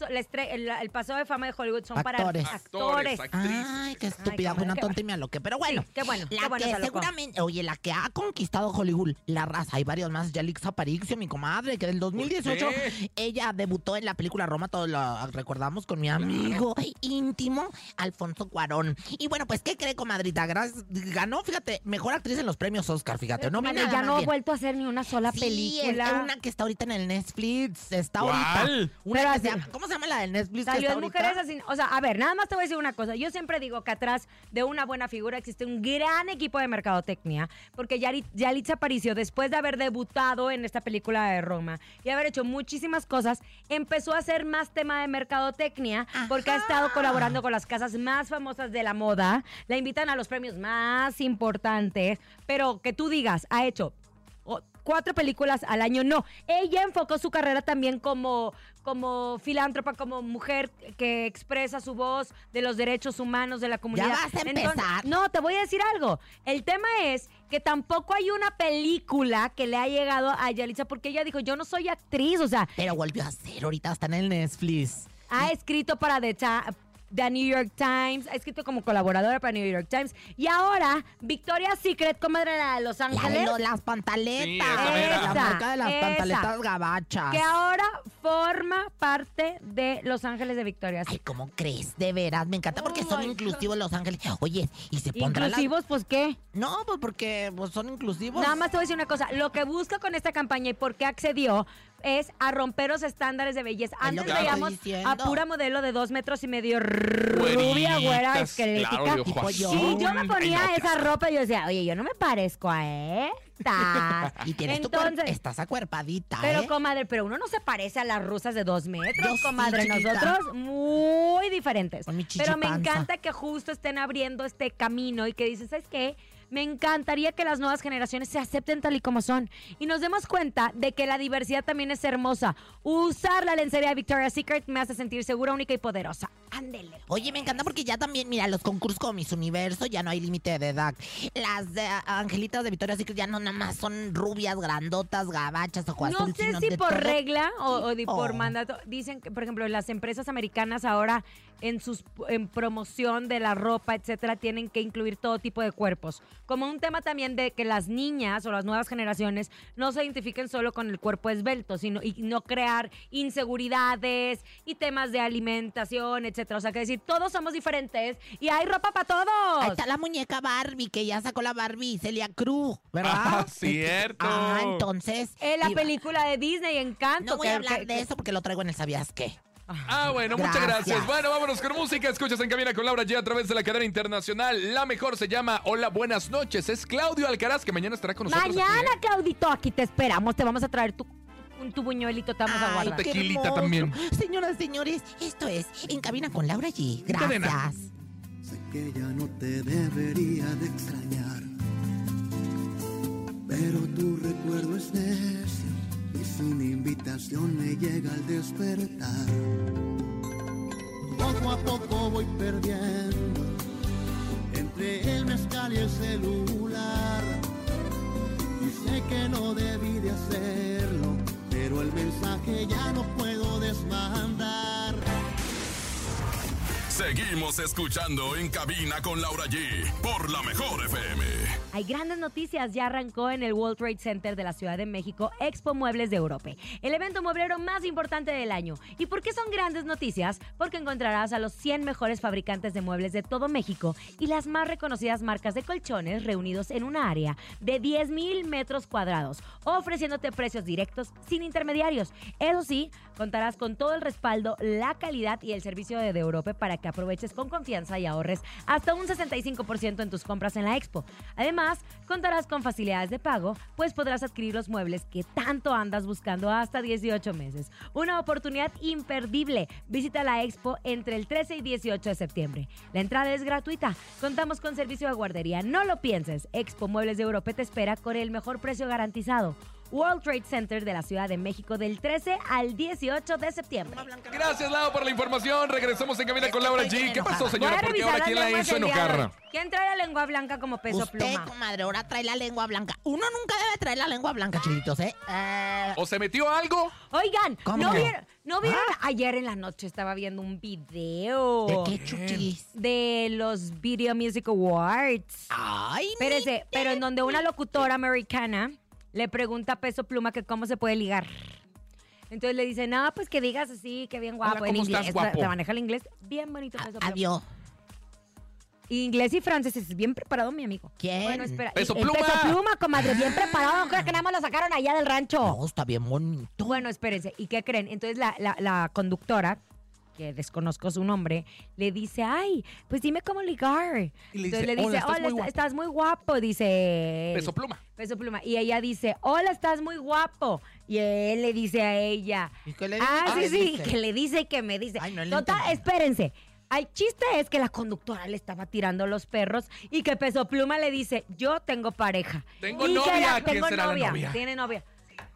Speaker 5: el Paseo de Fama de Hollywood son
Speaker 3: Actores.
Speaker 5: para actores.
Speaker 2: actrices.
Speaker 3: Ay, qué
Speaker 5: Ay,
Speaker 3: estúpida, fue
Speaker 5: comadre,
Speaker 3: una
Speaker 5: qué
Speaker 3: tonta y me aloqué. Pero bueno,
Speaker 5: Sí, qué bueno,
Speaker 3: la
Speaker 5: qué bueno
Speaker 3: que
Speaker 5: se alocó.
Speaker 3: seguramente, oye, la que ha conquistado Hollywood, la raza, hay varios más. Yalix Aparicio, mi comadre, que del 2018
Speaker 2: qué?
Speaker 3: ella debutó en la película Roma, todos lo recordamos con mi amigo íntimo, Alfonso Cuarón. Y bueno, pues, ¿qué cree, comadrita? Ganó, fíjate, mejor actriz en los premios Oscar, fíjate. No
Speaker 5: Comadre,
Speaker 3: nada
Speaker 5: ya no ha
Speaker 3: bien.
Speaker 5: vuelto a hacer ni una sola
Speaker 3: Sí,
Speaker 5: película.
Speaker 3: es una que está ahorita en el Netflix. Está
Speaker 2: ¿Cuál?
Speaker 3: ahorita. Una
Speaker 5: Pero
Speaker 3: que
Speaker 5: así-
Speaker 3: se llama- ¿Cómo se llama la de Netflix? que
Speaker 5: Salió
Speaker 3: está
Speaker 5: en
Speaker 3: ahorita?
Speaker 5: Mujeres Así. O sea, a ver, nada más te voy a decir una cosa. Yo siempre digo que atrás de una buena figura existe un gran equipo de mercadotecnia, porque Yalitza Aparicio, después de haber debutado en esta película de Roma y haber hecho muchísimas cosas, empezó a hacer más tema de mercadotecnia, porque ha estado colaborando con las casas más famosas de la moda, la invitan a los premios más importantes, pero que tú digas, ha hecho 4 películas al año, no. Ella enfocó su carrera también como filántropa, como mujer que expresa su voz de los derechos humanos de la comunidad.
Speaker 3: vas a empezar.
Speaker 5: No, te voy a decir algo. El tema es que tampoco hay una película que le ha llegado a Yalitza, porque ella dijo, yo no soy actriz, o sea,
Speaker 3: Pero volvió a hacer, ahorita está en el Netflix.
Speaker 5: ha escrito para The New York Times, ha escrito como colaboradora para New York Times, y ahora Victoria's Secret, comadre de Los
Speaker 3: La
Speaker 5: Ángeles,
Speaker 3: de las pantaletas.
Speaker 2: Sí, esa mera.
Speaker 3: La marca de las
Speaker 5: Esa.
Speaker 3: pantaletas gabachas.
Speaker 5: que ahora forma parte de Los Ángeles de Victoria's
Speaker 3: Ay,
Speaker 5: Secret.
Speaker 3: ¿cómo crees? De veras, me encanta porque
Speaker 5: Oh
Speaker 3: son
Speaker 5: my
Speaker 3: inclusivos Los Ángeles. Oye, y se pondrán las...
Speaker 5: Inclusivos, pues, ¿qué?
Speaker 3: No, pues porque pues, son inclusivos.
Speaker 5: Nada más te voy a decir una cosa. Lo que busca con esta campaña y por qué accedió es a romper los estándares de belleza.
Speaker 3: Es lo
Speaker 5: Antes
Speaker 3: que estoy
Speaker 5: veíamos
Speaker 3: diciendo.
Speaker 5: a pura modelo de 2,5 metros, rubia, güera,
Speaker 2: Güeritas,
Speaker 5: esquelética.
Speaker 2: claro, de ojo
Speaker 3: tipo yo.
Speaker 2: azul.
Speaker 5: Y yo me ponía
Speaker 2: Ay, no, qué
Speaker 5: esa ropa y yo decía, oye, yo no me parezco a esta.
Speaker 3: Y tienes tu cuerpo,
Speaker 5: Entonces,
Speaker 3: estás acuerpadita,
Speaker 5: pero
Speaker 3: ¿eh?
Speaker 5: comadre, pero uno no se parece a las rusas de 2 metros,
Speaker 3: Yo sí,
Speaker 5: comadre.
Speaker 3: chiquita.
Speaker 5: Nosotros muy diferentes.
Speaker 3: Con mi
Speaker 5: Pero me
Speaker 3: chichipanza.
Speaker 5: encanta que justo estén abriendo este camino y que dices, ¿sabes qué? Me encantaría que las nuevas generaciones se acepten tal y como son y nos demos cuenta de que la diversidad también es hermosa. Usar la lencería de Victoria's Secret me hace sentir segura, única y poderosa. Ándele.
Speaker 3: Oye, me encanta porque ya también, mira, los concursos como Miss Universo ya no hay límite de edad. Las de Angelitas de Victoria's Secret ya no nada más son rubias, grandotas, gabachas, ojo
Speaker 5: No
Speaker 3: azul,
Speaker 5: sé
Speaker 3: sino
Speaker 5: si
Speaker 3: de
Speaker 5: por
Speaker 3: todo
Speaker 5: regla o
Speaker 3: tipo.
Speaker 5: por mandato. Dicen que, por ejemplo, las empresas americanas ahora en promoción de la ropa, etcétera, tienen que incluir todo tipo de cuerpos. Como un tema también de que las niñas o las nuevas generaciones no se identifiquen solo con el cuerpo esbelto, sino y no crear inseguridades y temas de alimentación, etcétera. O sea, que decir, todos somos diferentes y hay ropa para todos.
Speaker 3: Ahí está la muñeca Barbie, que ya sacó la Barbie, Celia Cruz, ¿verdad?
Speaker 2: Ah, cierto.
Speaker 3: Entonces...
Speaker 5: La
Speaker 3: iba-
Speaker 5: película de Disney, Encanto.
Speaker 3: No voy a
Speaker 5: que-
Speaker 3: hablar
Speaker 5: que-
Speaker 3: de eso porque lo traigo en el ¿Sabías qué?
Speaker 2: Bueno, muchas gracias.
Speaker 3: Gracias.
Speaker 2: Bueno, vámonos con música. Escuchas En Cabina con Laura G a través de la cadena internacional. La mejor se llama Hola, buenas noches. Es Claudio Alcaraz, que mañana estará con nosotros.
Speaker 5: Mañana,
Speaker 2: aquí, ¿eh?
Speaker 5: Claudito, aquí te esperamos. Te vamos a traer tu buñuelito, te vamos a
Speaker 3: Ay,
Speaker 5: guardar.
Speaker 3: qué
Speaker 2: Tequilita
Speaker 3: hermoso.
Speaker 2: también.
Speaker 3: Señoras, señores, esto es En Cabina con Laura G.
Speaker 2: Cadena.
Speaker 3: Gracias.
Speaker 6: Sé que ya no te debería de extrañar, pero tu recuerdo es necio y sin invitación me llega al despertar. Poco a poco voy perdiendo entre el mezcal y el celular, y sé que no debí de hacerlo, pero el mensaje ya no puedo desmandar.
Speaker 1: Seguimos escuchando En Cabina con Laura G por la mejor FM.
Speaker 5: Hay grandes noticias. Ya arrancó en el World Trade Center de la Ciudad de México Expo Muebles de Europa, el evento mueblero más importante del año. ¿Y por qué son grandes noticias? Porque encontrarás a los 100 mejores fabricantes de muebles de todo México y las más reconocidas marcas de colchones reunidos en una área de 10,000 metros cuadrados, ofreciéndote precios directos sin intermediarios. Eso sí, contarás con todo el respaldo, la calidad y el servicio de Europa para que aproveches con confianza y ahorres hasta un 65% en tus compras en la Expo. Además, contarás con facilidades de pago, pues podrás adquirir los muebles que tanto andas buscando hasta 18 meses. Una oportunidad imperdible. Visita la Expo entre el 13 y 18 de septiembre. La entrada es gratuita. Contamos con servicio de guardería. No lo pienses. Expo Muebles de Europa te espera con el mejor precio garantizado. World Trade Center de la Ciudad de México del 13 al 18 de septiembre.
Speaker 2: Gracias, Lau, por la información. Regresamos En Cabina con Laura G. ¿Qué pasó,
Speaker 5: Voy
Speaker 2: señora?
Speaker 5: a
Speaker 2: Porque
Speaker 5: revisar
Speaker 2: ahora
Speaker 5: las
Speaker 2: quién la
Speaker 5: lenguas
Speaker 2: hizo
Speaker 5: del día de
Speaker 2: enojar.
Speaker 5: hoy. ¿Quién trae la lengua blanca como peso
Speaker 3: Usted,
Speaker 5: pluma?
Speaker 3: comadre, ahora trae la lengua blanca. Uno nunca debe traer la lengua blanca, chilitos, ¿eh?
Speaker 2: ¿O se metió algo?
Speaker 5: Oigan,
Speaker 3: ¿Cómo?
Speaker 5: ¿no vieron? Ayer en la noche estaba viendo un video
Speaker 3: ¿De qué chuchis?
Speaker 5: de los Video Music Awards.
Speaker 3: Ay,
Speaker 5: Espérese, pero en donde una locutora americana le pregunta a Peso Pluma que cómo se puede ligar. Entonces le dice, no, pues que digas así, que bien guapo.
Speaker 2: Hola,
Speaker 5: en
Speaker 2: ¿cómo
Speaker 5: inglés,
Speaker 2: estás, guapo?
Speaker 5: te maneja el inglés bien bonito, Peso Pluma.
Speaker 3: Adiós.
Speaker 5: Inglés y francés, es bien preparado, mi amigo.
Speaker 3: ¿Quién?
Speaker 5: Bueno, espera.
Speaker 2: Peso
Speaker 5: El
Speaker 2: Pluma.
Speaker 5: Peso Pluma, comadre, bien preparado. No creo que nada más lo sacaron allá del rancho.
Speaker 3: No, está bien bonito.
Speaker 5: Bueno, espérense. ¿Y qué creen? Entonces la conductora, que desconozco su nombre, le dice, ay, pues dime cómo ligar.
Speaker 2: Y le
Speaker 5: Entonces
Speaker 2: dice,
Speaker 5: le dice,
Speaker 2: "Hola, estás
Speaker 5: hola,
Speaker 2: muy guapo".
Speaker 5: estás muy guapo, dice.
Speaker 2: Peso Pluma.
Speaker 5: Peso Pluma. Y ella dice, hola, estás muy guapo. Y él le dice a ella.
Speaker 3: ¿Y qué le
Speaker 5: Ah,
Speaker 3: dice?
Speaker 5: sí,
Speaker 3: ¿Qué
Speaker 5: sí,
Speaker 3: dice?
Speaker 5: que le dice y que me dice.
Speaker 3: Ay, no le
Speaker 5: Total,
Speaker 3: entendí.
Speaker 5: espérense. El chiste es que la conductora le estaba tirando los perros y que Peso Pluma le dice, yo tengo pareja.
Speaker 2: Tengo
Speaker 5: Y que
Speaker 2: novia. ¿Quién
Speaker 5: tengo
Speaker 2: será la
Speaker 5: novia.
Speaker 2: novia?
Speaker 5: Tiene novia.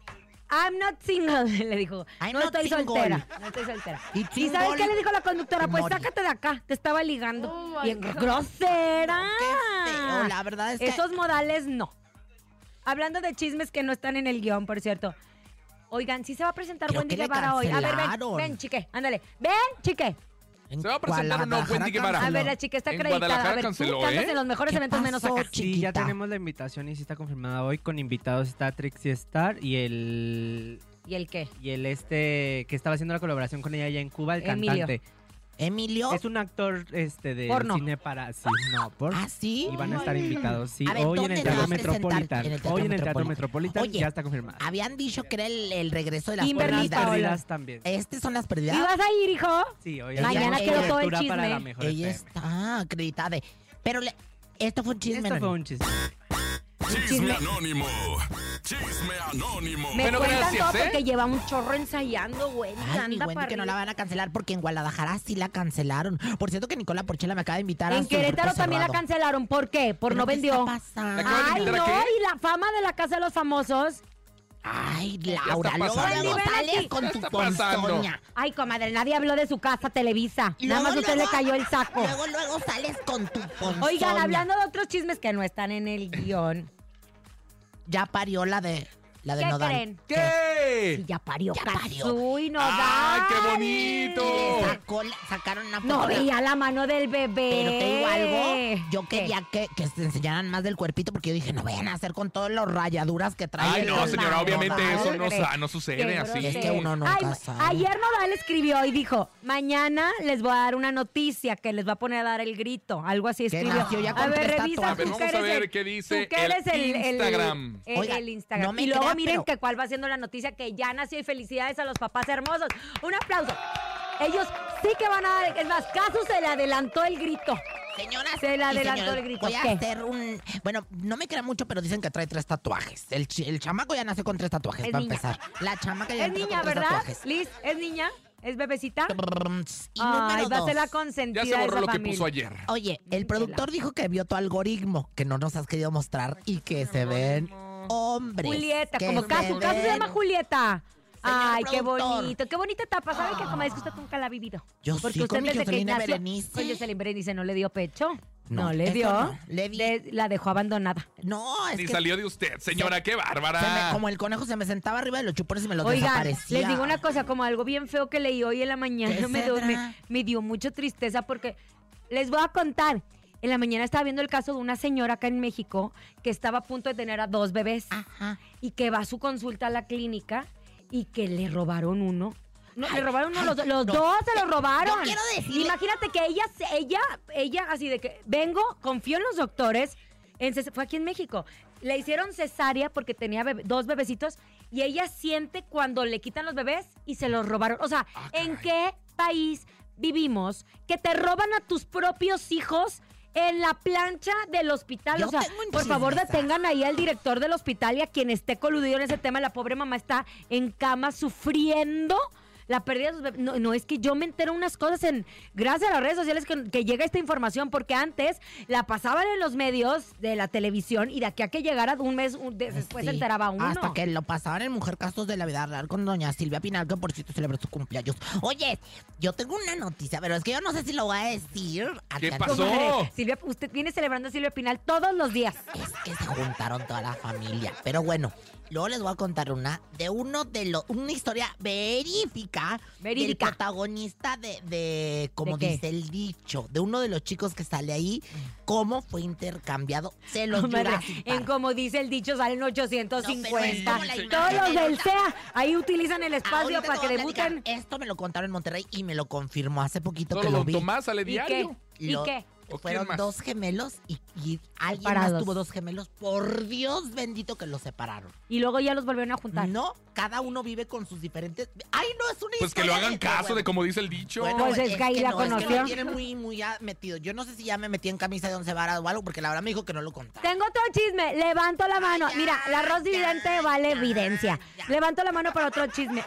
Speaker 5: I'm not single, le dijo.
Speaker 3: I'm
Speaker 5: No
Speaker 3: not
Speaker 5: estoy
Speaker 3: single.
Speaker 5: soltera. No estoy soltera.
Speaker 3: Y
Speaker 5: ¿Y
Speaker 3: single
Speaker 5: sabes qué le dijo la conductora?
Speaker 3: y
Speaker 5: Pues
Speaker 3: mori.
Speaker 5: sácate de acá. Te estaba ligando.
Speaker 2: Oh
Speaker 5: Bien grosera.
Speaker 3: Qué feo, la verdad es que...
Speaker 5: Esos modales no. Hablando de chismes que no están en el guión, por cierto. Oigan, sí se va a presentar
Speaker 3: Creo
Speaker 5: Wendy
Speaker 3: que le
Speaker 5: Guevara hoy. A ver,
Speaker 3: cancelaron.
Speaker 5: ven, chique, ándale. Ven, chique.
Speaker 3: ¿En
Speaker 2: ¿Se va a presentar o no
Speaker 3: Guadalajara
Speaker 2: Wendy Guevara?
Speaker 5: A
Speaker 3: canceló?
Speaker 5: ver, la chica está
Speaker 2: En
Speaker 5: acreditada.
Speaker 2: Guadalajara
Speaker 5: A ver,
Speaker 2: canceló,
Speaker 5: tú andas
Speaker 2: ¿eh?
Speaker 5: en los mejores
Speaker 3: ¿Qué
Speaker 5: eventos menos
Speaker 3: pasó,
Speaker 5: acá.
Speaker 3: chiquita?
Speaker 7: Sí, ya tenemos la invitación y sí está confirmada hoy con invitados. Está Trixie Star y el
Speaker 5: ¿Y el qué?
Speaker 7: que estaba haciendo la colaboración con ella allá en Cuba, el
Speaker 5: Emilio.
Speaker 7: cantante.
Speaker 3: ¿Emilio?
Speaker 7: Es un actor de
Speaker 5: Porno.
Speaker 7: cine para sí, no, por
Speaker 3: ¿Ah, sí?
Speaker 7: y van a estar invitados, sí,
Speaker 3: A ver,
Speaker 7: hoy en
Speaker 3: ¿dónde
Speaker 7: el
Speaker 3: se va
Speaker 7: Teatro
Speaker 3: a presentar?
Speaker 7: Metropolitan.
Speaker 3: En el Teatro
Speaker 7: Hoy en el Teatro
Speaker 3: Metropolitan.
Speaker 7: Metropolitan
Speaker 3: Oye,
Speaker 7: ya está confirmado.
Speaker 3: Habían dicho que era el regreso de las
Speaker 5: Kimberly
Speaker 7: Las
Speaker 3: perdidas.
Speaker 5: Paola.
Speaker 7: perdidas también.
Speaker 3: ¿Estas son las
Speaker 5: ¿Y
Speaker 3: perdidas?
Speaker 5: vas a ir, hijo?
Speaker 7: Sí, hoy
Speaker 3: Mañana
Speaker 7: hay
Speaker 3: quedó todo
Speaker 5: el
Speaker 7: cobertura para
Speaker 5: chisme.
Speaker 7: la mejor
Speaker 3: Ella
Speaker 7: FM.
Speaker 3: está acreditada. Pero esto fue un chisme.
Speaker 7: Esto
Speaker 3: ¿no?
Speaker 7: fue un chisme.
Speaker 1: Chisme anónimo. Chisme anónimo.
Speaker 5: Me
Speaker 2: Bueno,
Speaker 5: cuentan
Speaker 2: gracias,
Speaker 5: todo
Speaker 2: ¿eh?
Speaker 5: porque lleva un chorro ensayando, güey.
Speaker 3: Ay, mi
Speaker 5: Anda
Speaker 3: Wendy,
Speaker 5: para
Speaker 3: que no la
Speaker 5: arriba.
Speaker 3: van a cancelar porque en Guadalajara sí la cancelaron. Por cierto que Nicola Porchela me acaba de invitar a
Speaker 5: En
Speaker 3: su
Speaker 5: Querétaro
Speaker 3: grupo
Speaker 5: también la
Speaker 3: cerrado.
Speaker 5: cancelaron. ¿Por qué? Por
Speaker 3: ¿Pero
Speaker 5: no
Speaker 3: qué
Speaker 5: vendió.
Speaker 3: está pasando?
Speaker 2: ¿La acaban de
Speaker 5: Ay,
Speaker 2: invitar
Speaker 5: no,
Speaker 2: a qué?
Speaker 5: y la fama de la Casa de los Famosos.
Speaker 3: Ay,
Speaker 2: está
Speaker 3: Laura, luego
Speaker 2: pasando?
Speaker 3: luego
Speaker 5: Ven aquí.
Speaker 3: sales con
Speaker 2: ¿Qué
Speaker 3: tu
Speaker 2: está pasando?
Speaker 3: ponzoña.
Speaker 5: Ay, comadre, nadie habló de su casa, Televisa. Nada más
Speaker 3: Luego,
Speaker 5: usted le
Speaker 3: luego-
Speaker 5: cayó el saco.
Speaker 3: Luego sales con tu ponzoña.
Speaker 5: Oigan, hablando de otros chismes que no están en el guión.
Speaker 3: Ya parió la de
Speaker 5: ¿Qué
Speaker 3: Nodal.
Speaker 5: creen?
Speaker 2: ¿Qué?
Speaker 5: Sí, ya parió
Speaker 3: Ya parió.
Speaker 5: Kazuy Nodal.
Speaker 2: ¡Ay, qué bonito!
Speaker 3: Sacaron una foto.
Speaker 5: No veía la mano del bebé.
Speaker 3: Pero te digo algo, yo
Speaker 5: ¿Qué?
Speaker 3: quería que se enseñaran más del cuerpito porque yo dije, no vayan a hacer con todas las rayaduras que trae.
Speaker 2: Ay,
Speaker 3: el
Speaker 2: no,
Speaker 3: Nodal.
Speaker 2: señora, obviamente eso no,
Speaker 5: Madre.
Speaker 2: no sucede
Speaker 5: Qué
Speaker 2: así.
Speaker 3: Es que
Speaker 5: grosero.
Speaker 3: uno nunca
Speaker 5: Ay,
Speaker 3: sabe.
Speaker 5: ayer Nodal escribió y dijo, mañana les voy a dar una noticia que les va a poner a dar el grito. Algo así
Speaker 3: Que
Speaker 5: escribió.
Speaker 3: nació ya con
Speaker 5: a ver,
Speaker 3: 3
Speaker 5: revisa.
Speaker 2: A ver,
Speaker 5: tú
Speaker 2: vamos
Speaker 5: que
Speaker 2: a
Speaker 5: eres
Speaker 2: ver
Speaker 5: el-
Speaker 2: qué dice
Speaker 5: tú que eres
Speaker 2: el Instagram.
Speaker 3: Oiga,
Speaker 5: el Instagram.
Speaker 3: no me
Speaker 5: y luego
Speaker 3: crea,
Speaker 5: miren
Speaker 3: pero-
Speaker 5: que cuál va siendo la noticia que ya nació y felicidades a los papás hermosos. Un aplauso. Ellos sí que van a dar, es más, Casu se le adelantó el grito.
Speaker 3: Señoras
Speaker 5: Se le
Speaker 3: y
Speaker 5: adelantó
Speaker 3: señores,
Speaker 5: el grito.
Speaker 3: voy a
Speaker 5: ¿Qué?
Speaker 3: hacer un... Bueno, no me crea mucho, pero dicen que trae 3 tatuajes. El chamaco ya nació con 3 tatuajes,
Speaker 5: Es
Speaker 3: para
Speaker 5: niña.
Speaker 3: empezar. La chamaca ya
Speaker 5: Es
Speaker 3: nació
Speaker 5: niña,
Speaker 3: con 3
Speaker 5: ¿verdad?
Speaker 3: tatuajes.
Speaker 5: Liz, ¿es niña? ¿Es bebecita?
Speaker 3: Y
Speaker 5: Ay,
Speaker 3: número
Speaker 5: va a ser la
Speaker 3: 2.
Speaker 5: consentida
Speaker 2: Ya se
Speaker 5: de
Speaker 2: borró
Speaker 5: esa
Speaker 2: lo que
Speaker 5: familia.
Speaker 2: puso ayer.
Speaker 3: Oye, el productor dijo que vio tu algoritmo, que no nos has querido mostrar y que se ven hombres.
Speaker 5: Julieta,
Speaker 3: que
Speaker 5: como
Speaker 3: se
Speaker 5: Casu. Casu se
Speaker 3: ven-
Speaker 5: llama Julieta.
Speaker 3: Señor
Speaker 5: Ay, qué
Speaker 3: productor.
Speaker 5: bonito, qué bonita etapa. ¿Sabe qué? Como es que usted nunca la ha vivido.
Speaker 3: Yo
Speaker 5: Porque
Speaker 3: sí,
Speaker 5: usted
Speaker 3: con mi
Speaker 5: desde que
Speaker 3: Jocelyn
Speaker 5: nació,
Speaker 3: Berenice.
Speaker 5: con Jocelyn Berenice no le dio pecho.
Speaker 3: No,
Speaker 5: No, le
Speaker 3: eso
Speaker 5: dio.
Speaker 3: no, le di-
Speaker 5: La dejó abandonada.
Speaker 3: No, es
Speaker 2: Ni
Speaker 3: que
Speaker 2: salió de usted, señora, qué
Speaker 3: se
Speaker 2: bárbara.
Speaker 3: como el conejo se me sentaba arriba de los chupones y me los
Speaker 5: Oigan,
Speaker 3: desaparecía.
Speaker 5: les digo una cosa, como algo bien feo que leí hoy en la mañana,
Speaker 3: ¿Qué será?
Speaker 5: me dio mucha tristeza porque les voy a contar. En la mañana estaba viendo el caso de una señora acá en México que estaba a punto de tener a 2 bebés
Speaker 3: Ajá.
Speaker 5: y que va a su consulta a la clínica y que le robaron uno. No,
Speaker 3: Ay,
Speaker 5: le robaron uno,
Speaker 3: ay,
Speaker 5: los
Speaker 3: no.
Speaker 5: dos se los robaron.
Speaker 3: Yo quiero decirle-
Speaker 5: Imagínate que ella así de que vengo, confío en los doctores, fue aquí en México. Le hicieron cesárea porque tenía 2 bebecitos y ella siente cuando le quitan los bebés y se los robaron. O sea, ¿en qué país vivimos que te roban a tus propios hijos en la plancha del hospital?
Speaker 3: Yo
Speaker 5: O sea,
Speaker 3: tengo un
Speaker 5: por favor,
Speaker 3: chismesazo.
Speaker 5: detengan ahí al director del hospital y a quien esté coludido en ese tema. La pobre mamá está en cama sufriendo la pérdida de sus bebés. No, es que yo me entero unas cosas gracias a las redes sociales que llega esta información, porque antes la pasaban en los medios de la televisión y de aquí a que llegara un mes después
Speaker 3: Sí,
Speaker 5: se enteraba uno.
Speaker 3: Hasta que lo pasaban en Mujer Casos de la Vida Real con doña Silvia Pinal, que por cierto celebró su cumpleaños. Oye, yo tengo una noticia, pero es que yo no sé si lo voy a decir.
Speaker 2: ¿Qué
Speaker 3: aquí.
Speaker 2: pasó?
Speaker 5: Comadre, Silvia, usted viene celebrando a Silvia Pinal todos los días.
Speaker 3: Es que se juntaron toda la familia. Pero bueno, luego les voy a contar una una historia verídica.
Speaker 5: Verídica.
Speaker 3: Del protagonista de como
Speaker 5: ¿De qué?
Speaker 3: dice el dicho, de uno de los chicos que sale ahí, cómo fue intercambiado. Se los
Speaker 5: Comadre,
Speaker 3: Jurassic
Speaker 5: en
Speaker 3: Park.
Speaker 5: como dice el dicho, salen 850.
Speaker 3: No, pero es como la
Speaker 5: Todos
Speaker 3: imagen
Speaker 5: los
Speaker 3: de
Speaker 5: del
Speaker 3: los-
Speaker 5: SEA ahí utilizan el espacio
Speaker 3: Ahorita
Speaker 5: para
Speaker 3: te
Speaker 5: que
Speaker 3: voy a platicar.
Speaker 5: debuten.
Speaker 3: Esto me lo contaron en Monterrey y me lo confirmó hace poquito
Speaker 2: Solo
Speaker 3: que lo
Speaker 2: don
Speaker 3: vi.
Speaker 2: Tomás sale
Speaker 5: ¿Y qué?
Speaker 2: diario.
Speaker 5: ¿Y
Speaker 3: Lo-
Speaker 5: qué?
Speaker 2: ¿O quién
Speaker 3: Fueron
Speaker 2: más?
Speaker 3: 2 gemelos y alguien más
Speaker 5: Separados.
Speaker 3: tuvo 2 gemelos. Por Dios bendito que los separaron.
Speaker 5: Y luego ya los volvieron a juntar.
Speaker 3: No, cada uno vive con sus diferentes... ¡Ay, no, es una
Speaker 2: Pues que
Speaker 3: historia
Speaker 2: lo hagan
Speaker 3: de-
Speaker 2: caso
Speaker 3: bueno,
Speaker 2: de como dice el dicho.
Speaker 3: bueno,
Speaker 5: Pues es que ahí la
Speaker 3: no, es que
Speaker 5: conoció.
Speaker 3: lo tiene muy metido. Yo no sé si ya me metí en camisa de 11 varas o algo, porque la verdad me dijo que no lo contara.
Speaker 5: Tengo otro chisme, levanto la mano.
Speaker 3: ya,
Speaker 5: Mira, la Rosy
Speaker 3: ya,
Speaker 5: Vidente vale
Speaker 3: ya,
Speaker 5: evidencia.
Speaker 3: ya.
Speaker 5: Levanto la mano para otro chisme.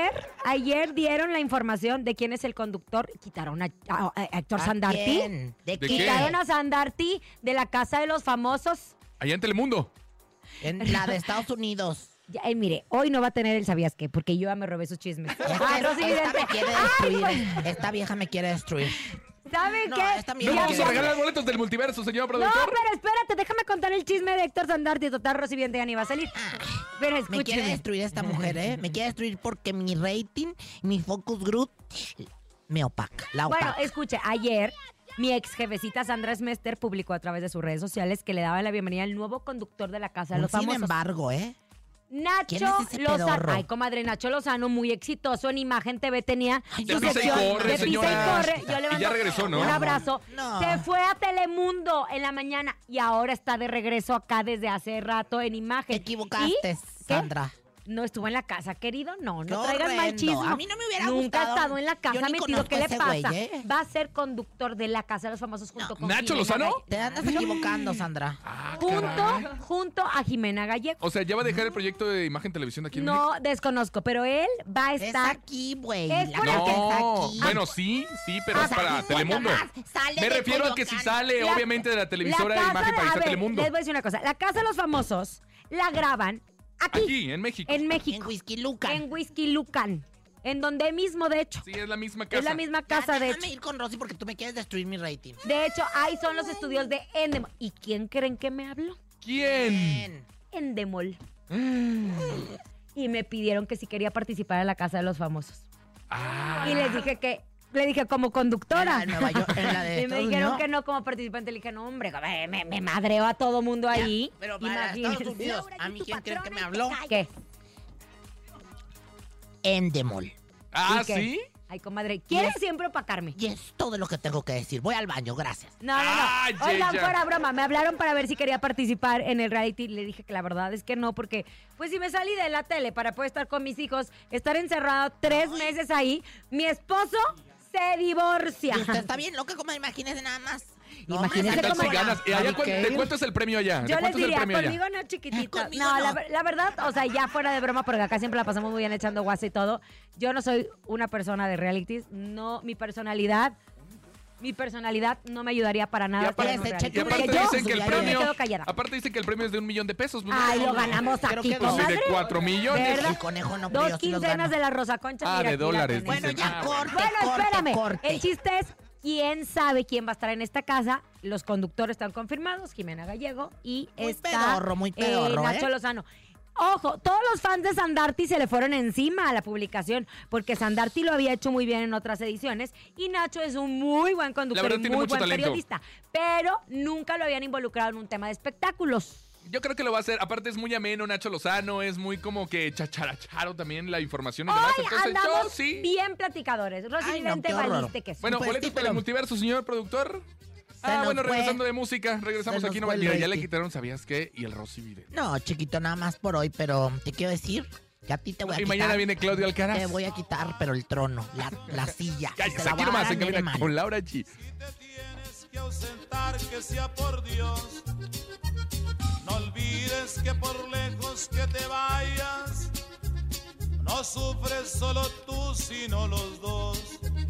Speaker 5: Ayer dieron la información de quién es el conductor. Quitaron a Héctor
Speaker 3: ¿A
Speaker 5: Sandarti.
Speaker 3: quién? ¿De
Speaker 2: ¿De
Speaker 3: qué?
Speaker 2: qué?
Speaker 5: Quitaron a Sandarti de la Casa de los Famosos.
Speaker 2: Allá en Telemundo.
Speaker 3: En la de Estados Unidos.
Speaker 5: Ya, mire, hoy no va a tener el sabías qué, porque yo ya me robé sus chismes.
Speaker 3: Es que
Speaker 5: Ah, Rosy
Speaker 3: esta
Speaker 5: Vidente.
Speaker 3: me quiere
Speaker 5: Ay,
Speaker 3: destruir. Esta vieja me quiere destruir.
Speaker 5: ¿Saben
Speaker 3: No,
Speaker 5: qué?
Speaker 3: esta
Speaker 2: No
Speaker 3: mierda
Speaker 5: Ya,
Speaker 2: vamos
Speaker 3: que-
Speaker 2: a
Speaker 5: ya-
Speaker 2: regalar boletos del multiverso, señor
Speaker 5: No,
Speaker 2: productor.
Speaker 5: pero espérate, déjame contar el chisme de Héctor Sandarti. Total, Rosy Vidente ya ni va a salir. Pero
Speaker 3: Me quiere
Speaker 5: escúcheme.
Speaker 3: destruir esta mujer, ¿eh? Me quiere destruir porque mi rating, mi focus group, me opaca. La
Speaker 5: Bueno,
Speaker 3: opaca.
Speaker 5: escuche, ayer mi ex jefecita Sandra Smester publicó a través de sus redes sociales que le daba la bienvenida al nuevo conductor de la Casa de los
Speaker 3: Sin
Speaker 5: Famosos.
Speaker 3: embargo, ¿eh? ¿Quién
Speaker 5: Nacho
Speaker 3: es ese
Speaker 5: Lozano.
Speaker 3: pedorro?
Speaker 5: Ay, comadre, Nacho Lozano, muy exitoso en Imagen TV, tenía
Speaker 3: Ay,
Speaker 2: De
Speaker 5: su
Speaker 2: pisa y
Speaker 5: sección
Speaker 2: corre,
Speaker 5: de pisa
Speaker 2: señora.
Speaker 5: y corre. Yo le
Speaker 2: Y
Speaker 5: mando
Speaker 2: ya regresó, ¿no?
Speaker 5: un abrazo.
Speaker 3: No.
Speaker 5: Se fue a Telemundo en la mañana y ahora está de regreso acá desde hace rato en
Speaker 3: Te
Speaker 5: Imagen.
Speaker 3: equivocaste,
Speaker 5: ¿Y? ¿Qué?
Speaker 3: Sandra.
Speaker 5: No estuvo en la casa, querido. No
Speaker 3: Qué
Speaker 5: traigas mal
Speaker 3: horrendo.
Speaker 5: chisme.
Speaker 3: A mí no me hubiera
Speaker 5: Nunca
Speaker 3: gustado.
Speaker 5: ha estado en la
Speaker 3: Yo
Speaker 5: casa
Speaker 3: ni
Speaker 5: metido.
Speaker 3: conozco
Speaker 5: ¿Qué
Speaker 3: a
Speaker 5: le
Speaker 3: ese
Speaker 5: pasa?
Speaker 3: güey, ¿eh?
Speaker 5: Va a ser conductor de la Casa de los Famosos junto con
Speaker 2: ¿Nacho
Speaker 5: Jimena
Speaker 2: Lozano?
Speaker 5: Gallego.
Speaker 3: Te andas equivocando, Sandra.
Speaker 5: Junto a Jimena Gallego.
Speaker 2: O sea, ¿ya va a dejar el proyecto de imagen televisión de aquí en México?
Speaker 5: No, desconozco, pero él va a
Speaker 3: Es
Speaker 5: estar...
Speaker 3: aquí, güey.
Speaker 5: Es
Speaker 3: La
Speaker 5: por
Speaker 3: casa
Speaker 5: el-
Speaker 3: es
Speaker 2: No,
Speaker 3: aquí.
Speaker 2: bueno, sí, pero
Speaker 3: O
Speaker 2: es
Speaker 3: sea,
Speaker 2: para
Speaker 3: bueno,
Speaker 2: Telemundo.
Speaker 3: más, sale
Speaker 2: Me
Speaker 3: de
Speaker 2: refiero a que si
Speaker 3: Coyoacán.
Speaker 2: sale,
Speaker 5: La-
Speaker 2: obviamente, de la televisora de
Speaker 5: casa
Speaker 2: imagen para
Speaker 5: a
Speaker 2: estar
Speaker 5: ver,
Speaker 2: Telemundo.
Speaker 5: Les voy a decir una cosa. La Casa de los Famosos la graban
Speaker 2: Aquí, en México.
Speaker 5: en
Speaker 3: En
Speaker 5: México,
Speaker 3: Whisky Luca.
Speaker 5: en Whisky Lucan, en donde mismo, de hecho.
Speaker 2: Sí, es la misma casa.
Speaker 5: Es la misma casa, de
Speaker 3: Déjame
Speaker 5: hecho.
Speaker 3: ir con Rosy porque tú me quieres destruir mi rating.
Speaker 5: De hecho, ahí son los estudios de Endemol. ¿Y quién creen que me habló?
Speaker 2: ¿Quién?
Speaker 3: Bien.
Speaker 5: Endemol. Y me pidieron que si quería participar en la Casa de los Famosos.
Speaker 2: Ah.
Speaker 5: Y les dije que... Le dije como conductora.
Speaker 3: En Nueva York, en la de
Speaker 5: Y me
Speaker 3: Estados
Speaker 5: dijeron
Speaker 3: Unidos.
Speaker 5: que no como participante. Le dije, no, hombre, me madreo a todo mundo ahí.
Speaker 3: Pero para
Speaker 5: Imagínense.
Speaker 3: Estados Unidos, ¿a mí quién creen que me habló?
Speaker 5: ¿Qué?
Speaker 3: Endemol.
Speaker 2: Ah,
Speaker 5: ¿Y qué?
Speaker 2: ¿sí?
Speaker 5: Ay, comadre, ¿quieres
Speaker 3: Yes.
Speaker 5: siempre opacarme?
Speaker 3: Y es todo lo que tengo que decir. Voy al baño, gracias.
Speaker 5: No.
Speaker 2: Ay,
Speaker 5: Oigan,
Speaker 2: Yeya.
Speaker 5: fuera broma, me hablaron para ver si quería participar en el reality. Le dije que la verdad es que no, porque pues si me salí de la tele para poder estar con mis hijos, estar encerrado 3 meses ahí, mi esposo se divorcia.
Speaker 3: Y usted está bien loca, como imagínese nada más.
Speaker 5: Imagínese
Speaker 2: ¿Qué tal
Speaker 5: cómo
Speaker 2: si
Speaker 5: la-
Speaker 2: ganas? ¿De
Speaker 3: Abigail.
Speaker 2: cuánto es el premio allá? ¿De
Speaker 5: Yo les
Speaker 2: cuánto es el
Speaker 5: diría,
Speaker 2: premio allá?
Speaker 5: conmigo no, chiquitita.
Speaker 3: Conmigo
Speaker 5: No,
Speaker 3: no.
Speaker 5: la verdad, o sea, ya fuera de broma, porque acá siempre la pasamos muy bien echando guasa y todo. Yo no soy una persona de realities. No, mi personalidad no me ayudaría para nada.
Speaker 2: Y
Speaker 5: a estar en
Speaker 2: aparte,
Speaker 5: un
Speaker 3: Ese
Speaker 5: reality,
Speaker 2: y aparte
Speaker 5: porque yo
Speaker 2: dicen que el
Speaker 3: ya
Speaker 5: me
Speaker 2: premio...
Speaker 5: quedo callada.
Speaker 2: Aparte dicen que el premio es de $1,000,000 pesos. pues,
Speaker 5: Ay,
Speaker 2: no,
Speaker 5: lo
Speaker 2: no.
Speaker 5: ganamos
Speaker 3: Creo
Speaker 5: aquí,
Speaker 3: que dos.
Speaker 2: Pues sí,
Speaker 5: comadre.
Speaker 2: de 4 millones.
Speaker 5: ¿Verdad?
Speaker 3: El conejo no, pero
Speaker 5: 2
Speaker 3: yo sí los
Speaker 5: quincenas
Speaker 3: gano.
Speaker 5: de la Rosa Concha.
Speaker 2: Ah,
Speaker 5: mira,
Speaker 2: de
Speaker 5: aquí
Speaker 2: dólares,
Speaker 5: la tenemos.
Speaker 3: Bueno,
Speaker 2: dicen.
Speaker 3: ya
Speaker 2: Ah,
Speaker 3: corte,
Speaker 5: Bueno,
Speaker 3: corte,
Speaker 5: espérame.
Speaker 3: corte.
Speaker 5: El chiste es, ¿quién sabe quién va a estar en esta casa? Los conductores están confirmados, Jimena Gallego y
Speaker 3: Muy
Speaker 5: está
Speaker 3: pedorro, muy pedorro,
Speaker 5: Nacho
Speaker 3: ¿eh?
Speaker 5: Lozano. Ojo, todos los fans de Sandarti se le fueron encima a la publicación porque Sandarti lo había hecho muy bien en otras ediciones y Nacho es un muy buen
Speaker 2: La
Speaker 5: conductor
Speaker 2: verdad
Speaker 5: y
Speaker 2: tiene
Speaker 5: muy
Speaker 2: mucho
Speaker 5: buen
Speaker 2: talento.
Speaker 5: periodista, pero nunca lo habían involucrado en un tema de espectáculos.
Speaker 2: Yo creo que lo va a hacer. Aparte es muy ameno, Nacho Lozano. Es muy como que chacharacharo también la información y demás.
Speaker 5: Hoy
Speaker 2: Entonces,
Speaker 5: andamos
Speaker 2: yo sí.
Speaker 5: bien platicadores. Rosy,
Speaker 3: Ay, no,
Speaker 5: vente,
Speaker 3: qué horror.
Speaker 5: valiste que
Speaker 2: Bueno,
Speaker 3: Pues
Speaker 2: boletos
Speaker 3: sí,
Speaker 2: para el
Speaker 3: pero-
Speaker 2: multiverso, señor productor.
Speaker 3: nos
Speaker 2: Bueno,
Speaker 3: fue.
Speaker 2: regresando de música. Regresamos
Speaker 3: Se
Speaker 2: aquí.
Speaker 3: nos
Speaker 2: No,
Speaker 3: fue el
Speaker 2: mira, ya le
Speaker 3: rating.
Speaker 2: quitaron, ¿sabías qué? Y el Rosy Video.
Speaker 3: No, chiquito, nada más por hoy, pero te quiero decir que a ti te voy a
Speaker 2: Y
Speaker 3: quitar.
Speaker 2: mañana viene Claudio Alcaraz.
Speaker 3: Te voy a quitar, pero el trono, la silla.
Speaker 2: Cállese,
Speaker 3: Te la
Speaker 2: aquí
Speaker 3: voy a
Speaker 2: nomás
Speaker 3: dar
Speaker 2: en
Speaker 3: al nene
Speaker 2: cabina
Speaker 3: malo.
Speaker 2: con Laura G.
Speaker 8: Te tienes que ausentar, que sea por Dios. No olvides que por lejos que te vayas, no sufres solo tú, sino los dos.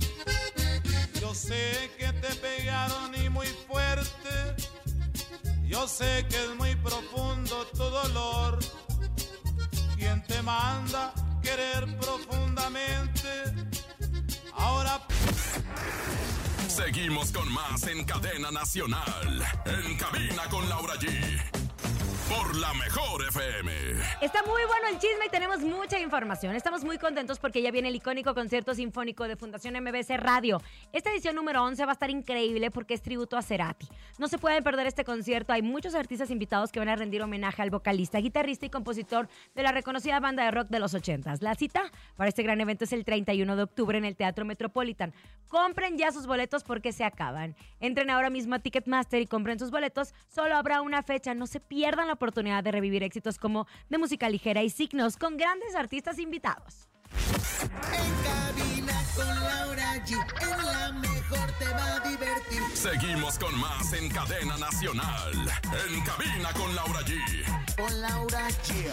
Speaker 8: Yo sé que te pegaron y muy fuerte. Yo sé que es muy profundo tu dolor. ¿Quién te manda querer profundamente? Ahora
Speaker 1: Seguimos con más en Cadena Nacional. En cabina con Laura G. Por la mejor FM.
Speaker 5: Está muy bueno el chisme y tenemos mucha información. Estamos muy contentos porque ya viene el icónico concierto sinfónico de Fundación MBS Radio. Esta edición número 11 va a estar increíble porque es tributo a Cerati. No se pueden perder este concierto. Hay muchos artistas invitados que van a rendir homenaje al vocalista, guitarrista y compositor de la reconocida banda de rock de los 80s. La cita para este gran evento es el 31 de octubre en el Teatro Metropolitan. Compren ya sus boletos porque se acaban. Entren ahora mismo a Ticketmaster y compren sus boletos. Solo habrá una fecha. No se pierdan la oportunidad de revivir éxitos como De Música Ligera y Signos con grandes artistas invitados.
Speaker 4: En cabina con Laura G. En la mejor te va a divertir.
Speaker 1: Seguimos con más en Cadena Nacional. En cabina con Laura G.
Speaker 4: Con Laura G.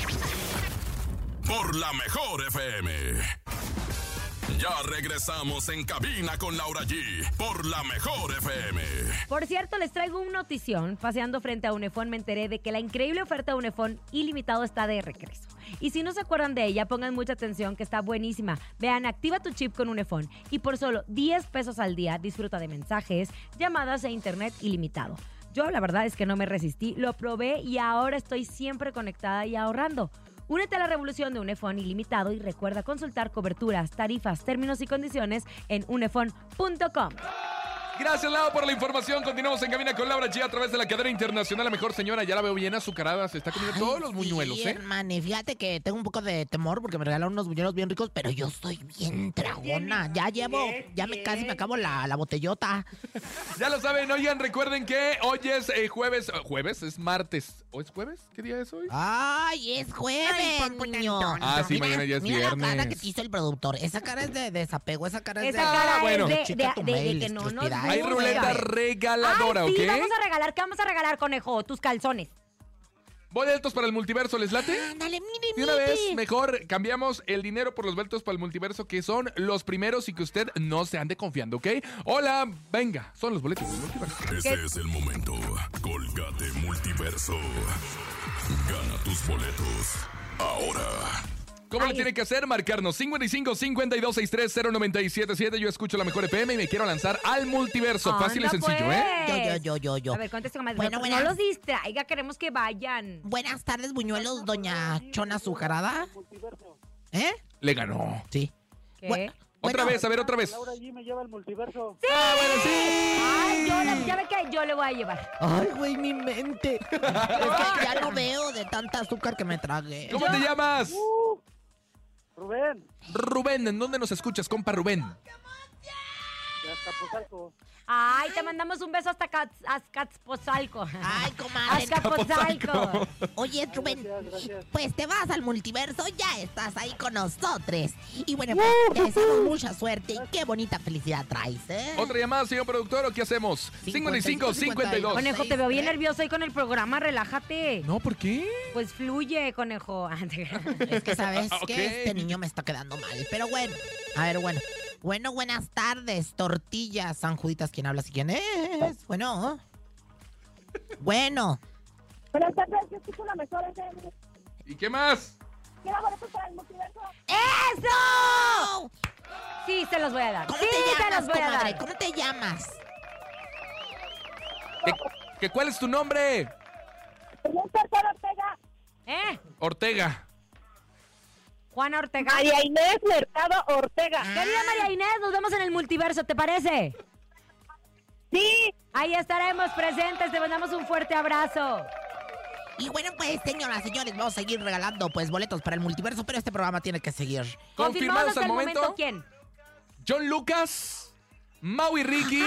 Speaker 1: Por la mejor FM. Ya regresamos en cabina con Laura G. Por la mejor FM.
Speaker 5: Por cierto, les traigo una notición. Paseando frente a Unefón me enteré de que la increíble oferta de Unefón ilimitado está de regreso. Y si no se acuerdan de ella, pongan mucha atención que está buenísima. Vean, activa tu chip con Unefón y por solo 10 pesos al día disfruta de mensajes, llamadas e internet ilimitado. Yo la verdad es que no me resistí, lo probé y ahora estoy siempre conectada y ahorrando. Únete a la revolución de Unefón ilimitado y recuerda consultar coberturas, tarifas, términos y condiciones en unefón.com.
Speaker 2: Gracias, Lau, por la información. Continuamos en Cabina con Laura G a través de la cadena internacional. La mejor señora, ya la veo bien azucarada. Se está comiendo todos los buñuelos,
Speaker 3: sí, hermano, y fíjate que tengo un poco de temor porque me regalaron unos buñuelos bien ricos, pero yo soy bien tragona. Casi me acabo la botellota.
Speaker 2: Ya lo saben, oigan, recuerden que hoy es jueves. ¿Jueves? ¿Es martes? ¿O es jueves? ¿Qué día es hoy?
Speaker 3: ¡Ay, es jueves, niño!
Speaker 2: Ah, sí, mañana ya es
Speaker 3: mira
Speaker 2: viernes.
Speaker 3: la cara que te hizo el productor. Esa cara es de desapego, esa cara es
Speaker 5: Esa cara
Speaker 2: bueno.
Speaker 5: es
Speaker 3: Checa tu mail,
Speaker 5: de que no nos
Speaker 3: estúpida.
Speaker 2: Hay
Speaker 5: gusta.
Speaker 2: ruleta regaladora,
Speaker 5: Ay, sí,
Speaker 2: ¿ok?
Speaker 5: vamos a regalar. ¿Qué vamos a regalar, conejo? Tus calzones.
Speaker 2: Boletos para el multiverso, ¿les late?
Speaker 3: Ándale, mire,
Speaker 2: De una vez, mejor cambiamos el dinero por los boletos para el multiverso, que son los primeros y que usted no se ande confiando, ¿ok? Hola, venga, son los boletos del multiverso.
Speaker 1: Este es el momento. Colgate Multiverso. Gana tus boletos ahora.
Speaker 2: ¿Cómo le tiene que hacer? Marcarnos 55 52 63 0977. Yo escucho la mejor FM y me quiero lanzar al multiverso. Fácil y
Speaker 5: Anda,
Speaker 2: sencillo,
Speaker 5: pues.
Speaker 2: ¿eh?
Speaker 3: Yo.
Speaker 5: A ver, conteste con más.
Speaker 3: Bueno,
Speaker 5: No
Speaker 3: buenas.
Speaker 5: los distraiga, queremos que vayan.
Speaker 3: Buenas tardes, buñuelos, doña Chona Azucarada. ¿Eh?
Speaker 2: Le ganó.
Speaker 3: Sí.
Speaker 5: ¿Qué?
Speaker 2: Otra vez, a ver, otra vez.
Speaker 9: Laura G me lleva al multiverso.
Speaker 2: Ah, bueno, sí.
Speaker 5: Ay, ya ve que yo le voy a llevar.
Speaker 3: Ay, güey, mi mente. Es que ya no veo de tanta azúcar que me tragué.
Speaker 2: ¿Cómo te llamas?
Speaker 9: Rubén,
Speaker 2: Rubén, ¿en dónde nos escuchas, compa Rubén?
Speaker 9: de Azcapotzalco.
Speaker 5: Ay, te mandamos un beso hasta Azcapotzalco.
Speaker 3: Ay, comadre.
Speaker 5: Azcapotzalco.
Speaker 3: Oye, Rubén,
Speaker 9: Gracias.
Speaker 3: pues te vas al multiverso, ya estás ahí con nosotros. Y bueno, pues te deseamos mucha suerte y qué bonita felicidad traes, ¿eh?
Speaker 2: ¿Otra llamada, señor productor, o qué hacemos? 55 52.
Speaker 5: Conejo, te veo bien nervioso ahí con el programa, relájate.
Speaker 2: No, ¿por qué?
Speaker 5: Pues fluye, conejo.
Speaker 3: Es que sabes
Speaker 2: Ok.
Speaker 3: que este niño me está quedando mal. Pero bueno, a ver, bueno. Bueno, buenas tardes, tortillas, San Juditas. ¿Quién habla? ¿Sí quién es? Bueno. Bueno.
Speaker 10: Buenas tardes, yo escucho la mejor FM.
Speaker 2: ¿Y qué más?
Speaker 10: ¿Quiero boletos para el multiverso?
Speaker 5: ¡Eso! Sí, se los voy a dar.
Speaker 3: ¿Cómo
Speaker 5: Sí,
Speaker 3: te
Speaker 5: se
Speaker 3: llamas,
Speaker 5: los voy a
Speaker 3: comadre?
Speaker 5: dar.
Speaker 3: ¿Cómo te llamas?
Speaker 2: ¿Cuál es tu nombre?
Speaker 10: Señor Tercero Ortega.
Speaker 5: ¿Eh?
Speaker 2: Ortega.
Speaker 5: Juana Ortega.
Speaker 10: María Inés Mercado Ortega.
Speaker 5: Querida María Inés, nos vemos en el multiverso, ¿te parece?
Speaker 10: Sí.
Speaker 5: Ahí estaremos presentes, te mandamos un fuerte abrazo.
Speaker 3: Y bueno, pues, señoras, señores, vamos a seguir regalando, pues, boletos para el multiverso, pero este programa tiene que seguir.
Speaker 2: ¿Confirmados
Speaker 5: hasta
Speaker 2: al
Speaker 5: el
Speaker 2: momento?
Speaker 5: ¿Quién?
Speaker 2: John Lucas, Maui Ricky,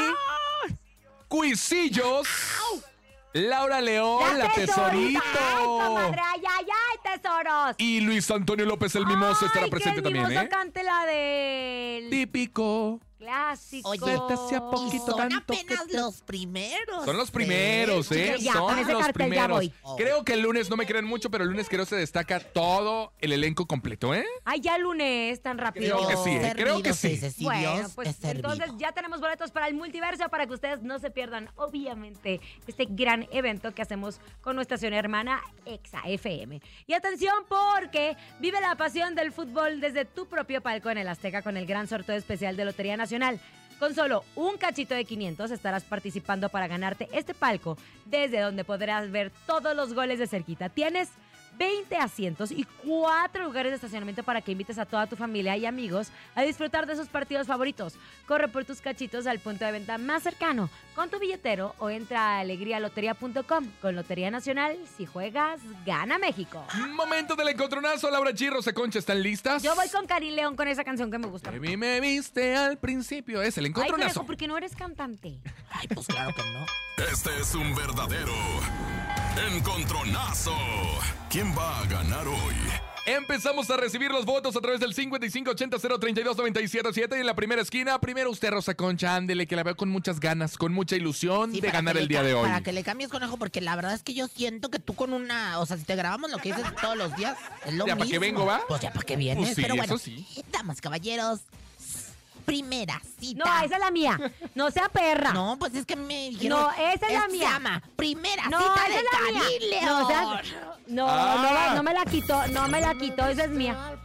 Speaker 2: Cuisillos, Laura León, la
Speaker 5: tesorita.
Speaker 2: Tesorito.
Speaker 5: Ay, comadre, ay, tesoros.
Speaker 2: Y Luis Antonio López el Mimoso estará
Speaker 5: Ay,
Speaker 2: presente
Speaker 5: que el
Speaker 2: también,
Speaker 5: Mimoso
Speaker 2: ¿eh?
Speaker 5: cante la del
Speaker 2: Típico.
Speaker 5: clásico.
Speaker 3: Oye,
Speaker 2: Desde hacía
Speaker 3: Y
Speaker 2: poquito
Speaker 3: son
Speaker 2: tanto que
Speaker 3: apenas
Speaker 2: te-
Speaker 3: los primeros.
Speaker 2: Son los primeros, ¿eh?
Speaker 5: Ya, con
Speaker 2: Son
Speaker 5: ese
Speaker 2: los
Speaker 5: cartel ya
Speaker 2: primeros.
Speaker 5: voy.
Speaker 2: Creo que el lunes, no me creen mucho, pero el lunes creo se destaca todo el elenco completo, ¿eh?
Speaker 5: Ay, ya lunes, tan rápido.
Speaker 2: Creo que sí, ¿eh? Creo que sí.
Speaker 5: Bueno, pues entonces ya tenemos boletos para el multiverso para que ustedes no se pierdan, obviamente, este gran evento que hacemos con nuestra estación hermana Exa FM. Y atención porque vive la pasión del fútbol desde tu propio palco en el Azteca con el gran sorteo especial de Lotería Nacional. Con solo un cachito de 500 estarás participando para ganarte este palco desde donde podrás ver todos los goles de cerquita. Tienes 20 asientos y 4 lugares de estacionamiento para que invites a toda tu familia y amigos a disfrutar de sus partidos favoritos. Corre por tus cachitos al punto de venta más cercano con tu billetero o entra a alegrialotería.com. Con Lotería Nacional, si juegas, gana México.
Speaker 2: Momento del encontronazo. Laura G, Rosa Concha, ¿están listas?
Speaker 5: Yo voy con Karin León con esa canción que me gusta.
Speaker 2: A mí me viste al principio. Es el
Speaker 5: Ay,
Speaker 2: encontronazo.
Speaker 5: Conejo, ¿por qué no eres cantante?
Speaker 3: Ay, pues claro que no.
Speaker 1: Este es un verdadero encontronazo. ¿Quién va a ganar hoy?
Speaker 2: Empezamos a recibir los votos a través del 5580-032-977 y en la primera esquina, primero usted, Rosa Concha, ándele, que la veo con muchas ganas, con mucha ilusión
Speaker 3: Sí,
Speaker 2: de
Speaker 3: para
Speaker 2: ganar
Speaker 3: que
Speaker 2: el
Speaker 3: le
Speaker 2: día de hoy.
Speaker 3: Para que le cambies, conejo, porque la verdad es que yo siento que tú con una... O sea, si te grabamos lo que dices todos los días, es lo
Speaker 2: Ya,
Speaker 3: mismo.
Speaker 2: ¿para qué vengo, va?
Speaker 3: Pues ya, ¿para qué vienes?
Speaker 2: Pues sí,
Speaker 3: Pero bueno,
Speaker 2: eso sí.
Speaker 3: damas, caballeros, primera cita.
Speaker 5: No, esa es la mía. No sea perra.
Speaker 3: No, pues es que me dijeron...
Speaker 5: No, esa es la mía.
Speaker 3: Se llama primera
Speaker 5: No,
Speaker 3: cita
Speaker 5: esa
Speaker 3: de
Speaker 5: es la mía.
Speaker 3: Karin León.
Speaker 5: No, o sea, no me la quitó, esa es mía.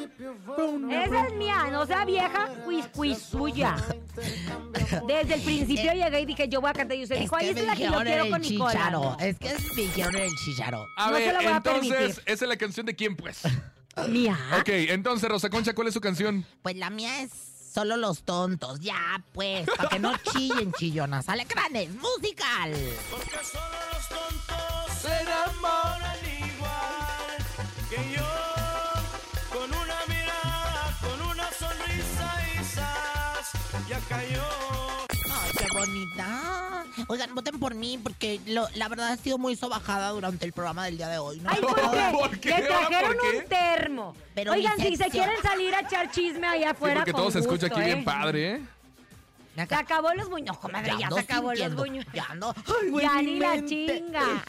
Speaker 5: Esa es mía, no sea vieja, suya. Desde el principio llegué y dije, yo voy a cantar. Y usted dijo, ay, esa es la que yo quiero con Nicola.
Speaker 3: Chicharo. Es que me dijeron el chicharo.
Speaker 2: A
Speaker 5: No se
Speaker 2: ver,
Speaker 5: lo voy a
Speaker 2: entonces,
Speaker 5: permitir.
Speaker 2: esa es la canción de quién, pues.
Speaker 5: Mía.
Speaker 2: Ok, entonces, Rosa Concha, ¿cuál es su canción?
Speaker 3: Pues la mía es solo los tontos. Ya, pues, para que no chillen, chillonas. ¡Alacranes, musical!
Speaker 4: Porque solo los tontos se enamoran igual que yo. Con una mirada, con una sonrisa y zas, ya cayó.
Speaker 3: ¡Ay, qué bonita! Oigan, voten por mí porque la verdad ha sido muy sobajada durante el programa del día de hoy. ¿No?
Speaker 5: Ay, ¿por qué?
Speaker 2: ¿Por qué?
Speaker 5: Le trajeron
Speaker 2: ¿Por qué?
Speaker 5: un termo.
Speaker 3: Pero
Speaker 5: Oigan,
Speaker 3: mi
Speaker 5: si se
Speaker 3: sección.
Speaker 5: quieren salir a echar chisme allá
Speaker 2: Sí,
Speaker 5: afuera,
Speaker 2: porque
Speaker 5: con
Speaker 2: todo se escucha
Speaker 5: gusto,
Speaker 2: aquí bien padre, ¿eh?
Speaker 5: Se acabó los buños, comadre, ya
Speaker 3: ando
Speaker 5: se acabó los
Speaker 3: sintiendo,
Speaker 5: buños.
Speaker 3: Ya ando. Ay, güey,
Speaker 5: Ya
Speaker 3: mi
Speaker 5: ni la
Speaker 3: mente.
Speaker 5: chinga.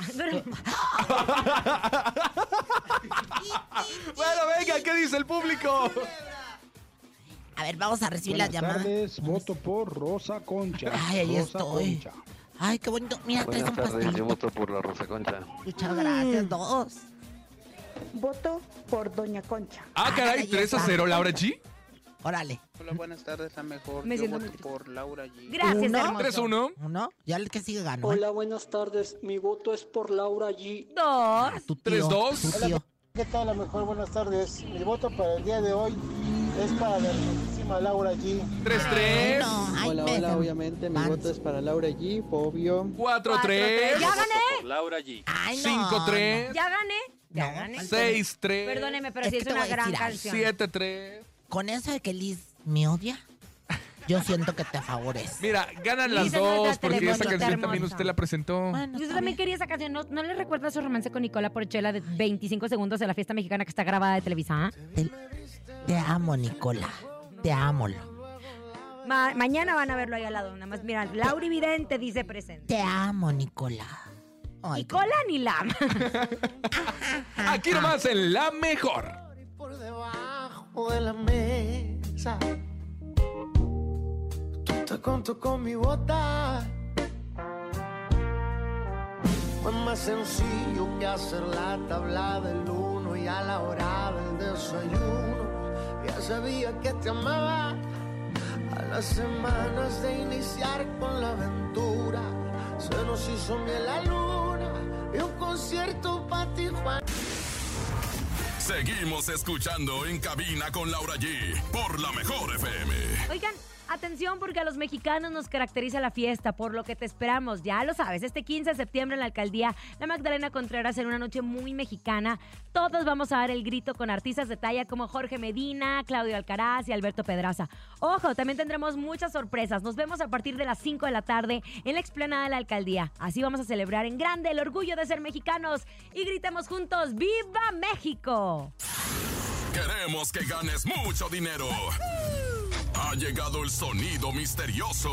Speaker 2: Bueno, venga, ¿qué dice el público?
Speaker 3: A ver, vamos a recibir las
Speaker 11: Buenas
Speaker 3: llamadas.
Speaker 11: tardes, voto por Rosa Concha.
Speaker 3: Ay, ahí
Speaker 11: Rosa
Speaker 3: estoy.
Speaker 11: Concha.
Speaker 3: Ay, qué bonito. Mira, traes un
Speaker 12: Buenas tardes, yo
Speaker 3: pastelito.
Speaker 12: voto por la Rosa Concha.
Speaker 3: Muchas gracias, dos.
Speaker 10: Voto por Doña Concha.
Speaker 2: Ah, caray,
Speaker 3: ahí
Speaker 2: 3-0,
Speaker 3: está.
Speaker 2: Laura G.
Speaker 3: Órale.
Speaker 13: Hola, buenas tardes, la mejor.
Speaker 5: Me
Speaker 13: Yo
Speaker 5: siento
Speaker 13: voto
Speaker 5: muy triste.
Speaker 13: por Laura G.
Speaker 5: Gracias,
Speaker 3: Uno,
Speaker 5: hermoso.
Speaker 2: 3-1.
Speaker 3: ¿Uno? Ya el que sigue ganó. ¿eh?
Speaker 9: Hola, buenas tardes. Mi voto es por Laura G.
Speaker 5: Dos.
Speaker 3: Tu tío,
Speaker 2: 3-2.
Speaker 3: tu tío.
Speaker 9: ¿Qué tal? A mejor buenas tardes. Mi voto para el día de hoy es para la hermosísima Laura G.
Speaker 2: 3-3.
Speaker 3: No, ay,
Speaker 13: Hola,
Speaker 3: me-
Speaker 13: hola, obviamente mi
Speaker 3: Vans.
Speaker 13: voto es para Laura G, obvio.
Speaker 2: 4-3.
Speaker 5: Ya gané.
Speaker 12: Laura G.
Speaker 3: Ay, no.
Speaker 2: 5-3.
Speaker 5: Ya gané. Ya
Speaker 3: No,
Speaker 5: gané.
Speaker 2: 6-3.
Speaker 5: Perdóneme, pero
Speaker 3: Es
Speaker 5: sí
Speaker 3: que
Speaker 5: es
Speaker 3: te
Speaker 5: una
Speaker 3: voy a
Speaker 5: gran
Speaker 3: decir algo.
Speaker 5: canción.
Speaker 2: 7-3.
Speaker 3: Con eso de que Liz me odia, yo siento que te favorece.
Speaker 2: Mira, ganan las
Speaker 5: Dice nuestra
Speaker 2: dos porque esa
Speaker 5: telefonista
Speaker 2: canción también
Speaker 5: hermosa.
Speaker 2: usted la presentó.
Speaker 3: Bueno,
Speaker 5: Y usted
Speaker 3: está
Speaker 5: también
Speaker 3: bien.
Speaker 5: quería esa canción. ¿No le recuerda su romance con Nicola Porchela de 25 segundos de la fiesta mexicana que está grabada de Televisa?
Speaker 3: Te amo, Nicola. Te amo.
Speaker 5: Mañana van a verlo ahí al lado. Nada más, mira, Lauri Vidente dice presente.
Speaker 3: Te amo, Nicola. Ay,
Speaker 5: Nicola ni Lama.
Speaker 2: Aquí nomás en La Mejor.
Speaker 4: Por debajo de la mesa, tú te conto con mi bota. Fue más sencillo que hacer la tabla del 1 y a la hora del desayuno ya sabía que te amaba. A las semanas de iniciar con la aventura se nos hizo miel la luna y un concierto para Tijuana.
Speaker 1: Seguimos escuchando En Cabina con Laura G por La Mejor FM.
Speaker 5: Oigan, atención porque a los mexicanos nos caracteriza la fiesta, por lo que te esperamos, ya lo sabes, este 15 de septiembre en la alcaldía La Magdalena Contreras en una noche muy mexicana. Todos vamos a dar el grito con artistas de talla como Jorge Medina, Claudio Alcaraz y Alberto Pedraza. Ojo, también tendremos muchas sorpresas. Nos vemos a partir de las 5 de la tarde en la explanada de la alcaldía. Así vamos a celebrar en grande el orgullo de ser mexicanos y gritemos juntos ¡Viva México!
Speaker 1: Queremos que ganes mucho dinero. Ha llegado el sonido misterioso.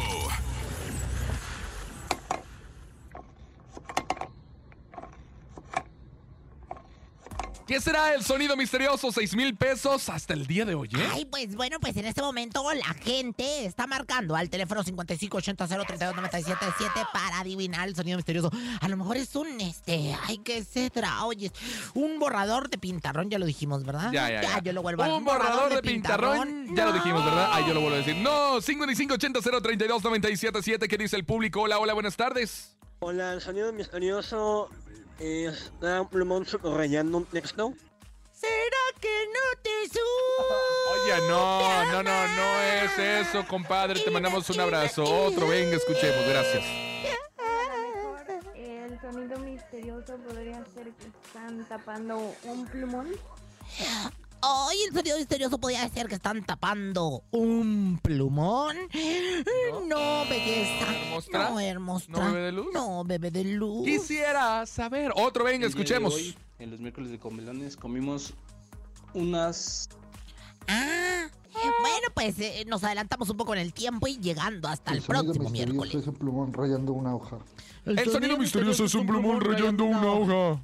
Speaker 2: ¿Qué será el sonido misterioso? 6,000 pesos hasta el día de hoy, ¿eh?
Speaker 3: Ay, pues bueno, pues en este momento la gente está marcando al teléfono 5580-032-977 para adivinar el sonido misterioso. A lo mejor es un, ay, ¿qué será? Oye, un borrador de pintarrón, ya lo dijimos, ¿verdad?
Speaker 2: Ya.
Speaker 3: yo lo vuelvo a...
Speaker 2: Un borrador de pintarrón. Ya lo dijimos, ¿verdad? Ay, yo lo vuelvo a decir. No, 5580-032-977. ¿Qué dice el público? Hola, hola, buenas tardes.
Speaker 9: Hola, el sonido misterioso es un plumón subrayando un texto.
Speaker 3: ¿Será que no te supo?
Speaker 2: Oye, no es eso, compadre. Te mandamos un abrazo. Otro, venga, escuchemos. Gracias.
Speaker 10: El sonido misterioso podría ser que están tapando un plumón.
Speaker 3: Ay, el sonido misterioso podría ser que están tapando un plumón. No, belleza.
Speaker 2: ¿Hermostra?
Speaker 3: No, hermosa.
Speaker 2: ¿No, bebé de luz?
Speaker 3: No, bebé de luz.
Speaker 2: Quisiera saber. Otro, venga,
Speaker 13: El día de
Speaker 2: escuchemos.
Speaker 13: hoy, en los miércoles de comelones comimos unas...
Speaker 3: Bueno, pues nos adelantamos un poco en el tiempo y llegando hasta el próximo miércoles.
Speaker 11: Es un plumón rayando una hoja.
Speaker 2: El sonido misterioso es un plumón rayando una hoja.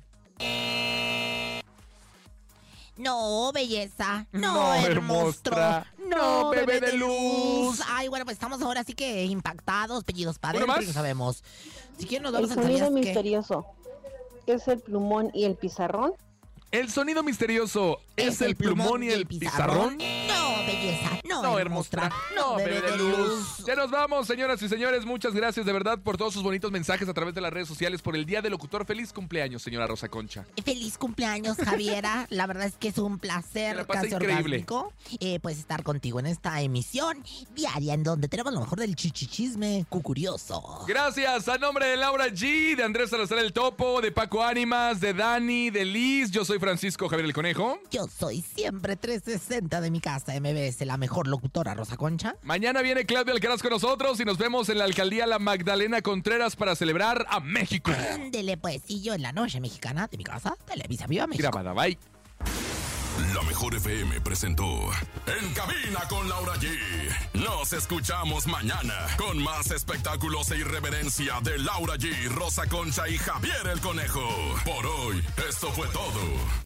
Speaker 3: No, belleza. No,
Speaker 2: No,
Speaker 3: hermostra.
Speaker 2: hermostra.
Speaker 3: No, bebé de
Speaker 2: luz.
Speaker 3: Ay, bueno, pues estamos ahora sí que impactados, pellidos para
Speaker 2: ¿Uno
Speaker 3: adentro
Speaker 2: más?
Speaker 3: y no sabemos. Si quieren nos
Speaker 10: El
Speaker 3: vamos al
Speaker 10: sonido
Speaker 3: ¿sabías qué?
Speaker 10: misterioso es el plumón y el pizarrón.
Speaker 2: El sonido misterioso es el plumón y el pizarrón.
Speaker 3: No, belleza. No, No, hermostra, no, bebé de luz.
Speaker 2: Ya nos vamos, señoras y señores. Muchas gracias de verdad por todos sus bonitos mensajes a través de las redes sociales por el Día del Locutor. Feliz cumpleaños, señora Rosa Concha.
Speaker 3: Feliz cumpleaños, Javiera. La verdad es que es un placer, casi orgásmico, pues estar contigo en esta emisión diaria en donde tenemos lo mejor del chichisme cucurioso.
Speaker 2: Gracias, a nombre de Laura G, de Andrés Salazar el Topo, de Paco Ánimas, de Dani, de Liz. Yo soy Francisco Javier el Conejo.
Speaker 3: Yo soy siempre 360 de mi casa MBS, la mejor locutora, Rosa Concha.
Speaker 2: Mañana viene Claudio Alcaraz con nosotros y nos vemos en la alcaldía La Magdalena Contreras para celebrar a México.
Speaker 3: Ándele pues, y yo en la noche mexicana de mi casa, Televisa Viva México.
Speaker 2: Grabada, bye.
Speaker 1: La Mejor FM presentó En Cabina con Laura G. Nos escuchamos mañana con más espectáculos e irreverencia de Laura G, Rosa Concha y Javier el Conejo. Por hoy, esto fue todo.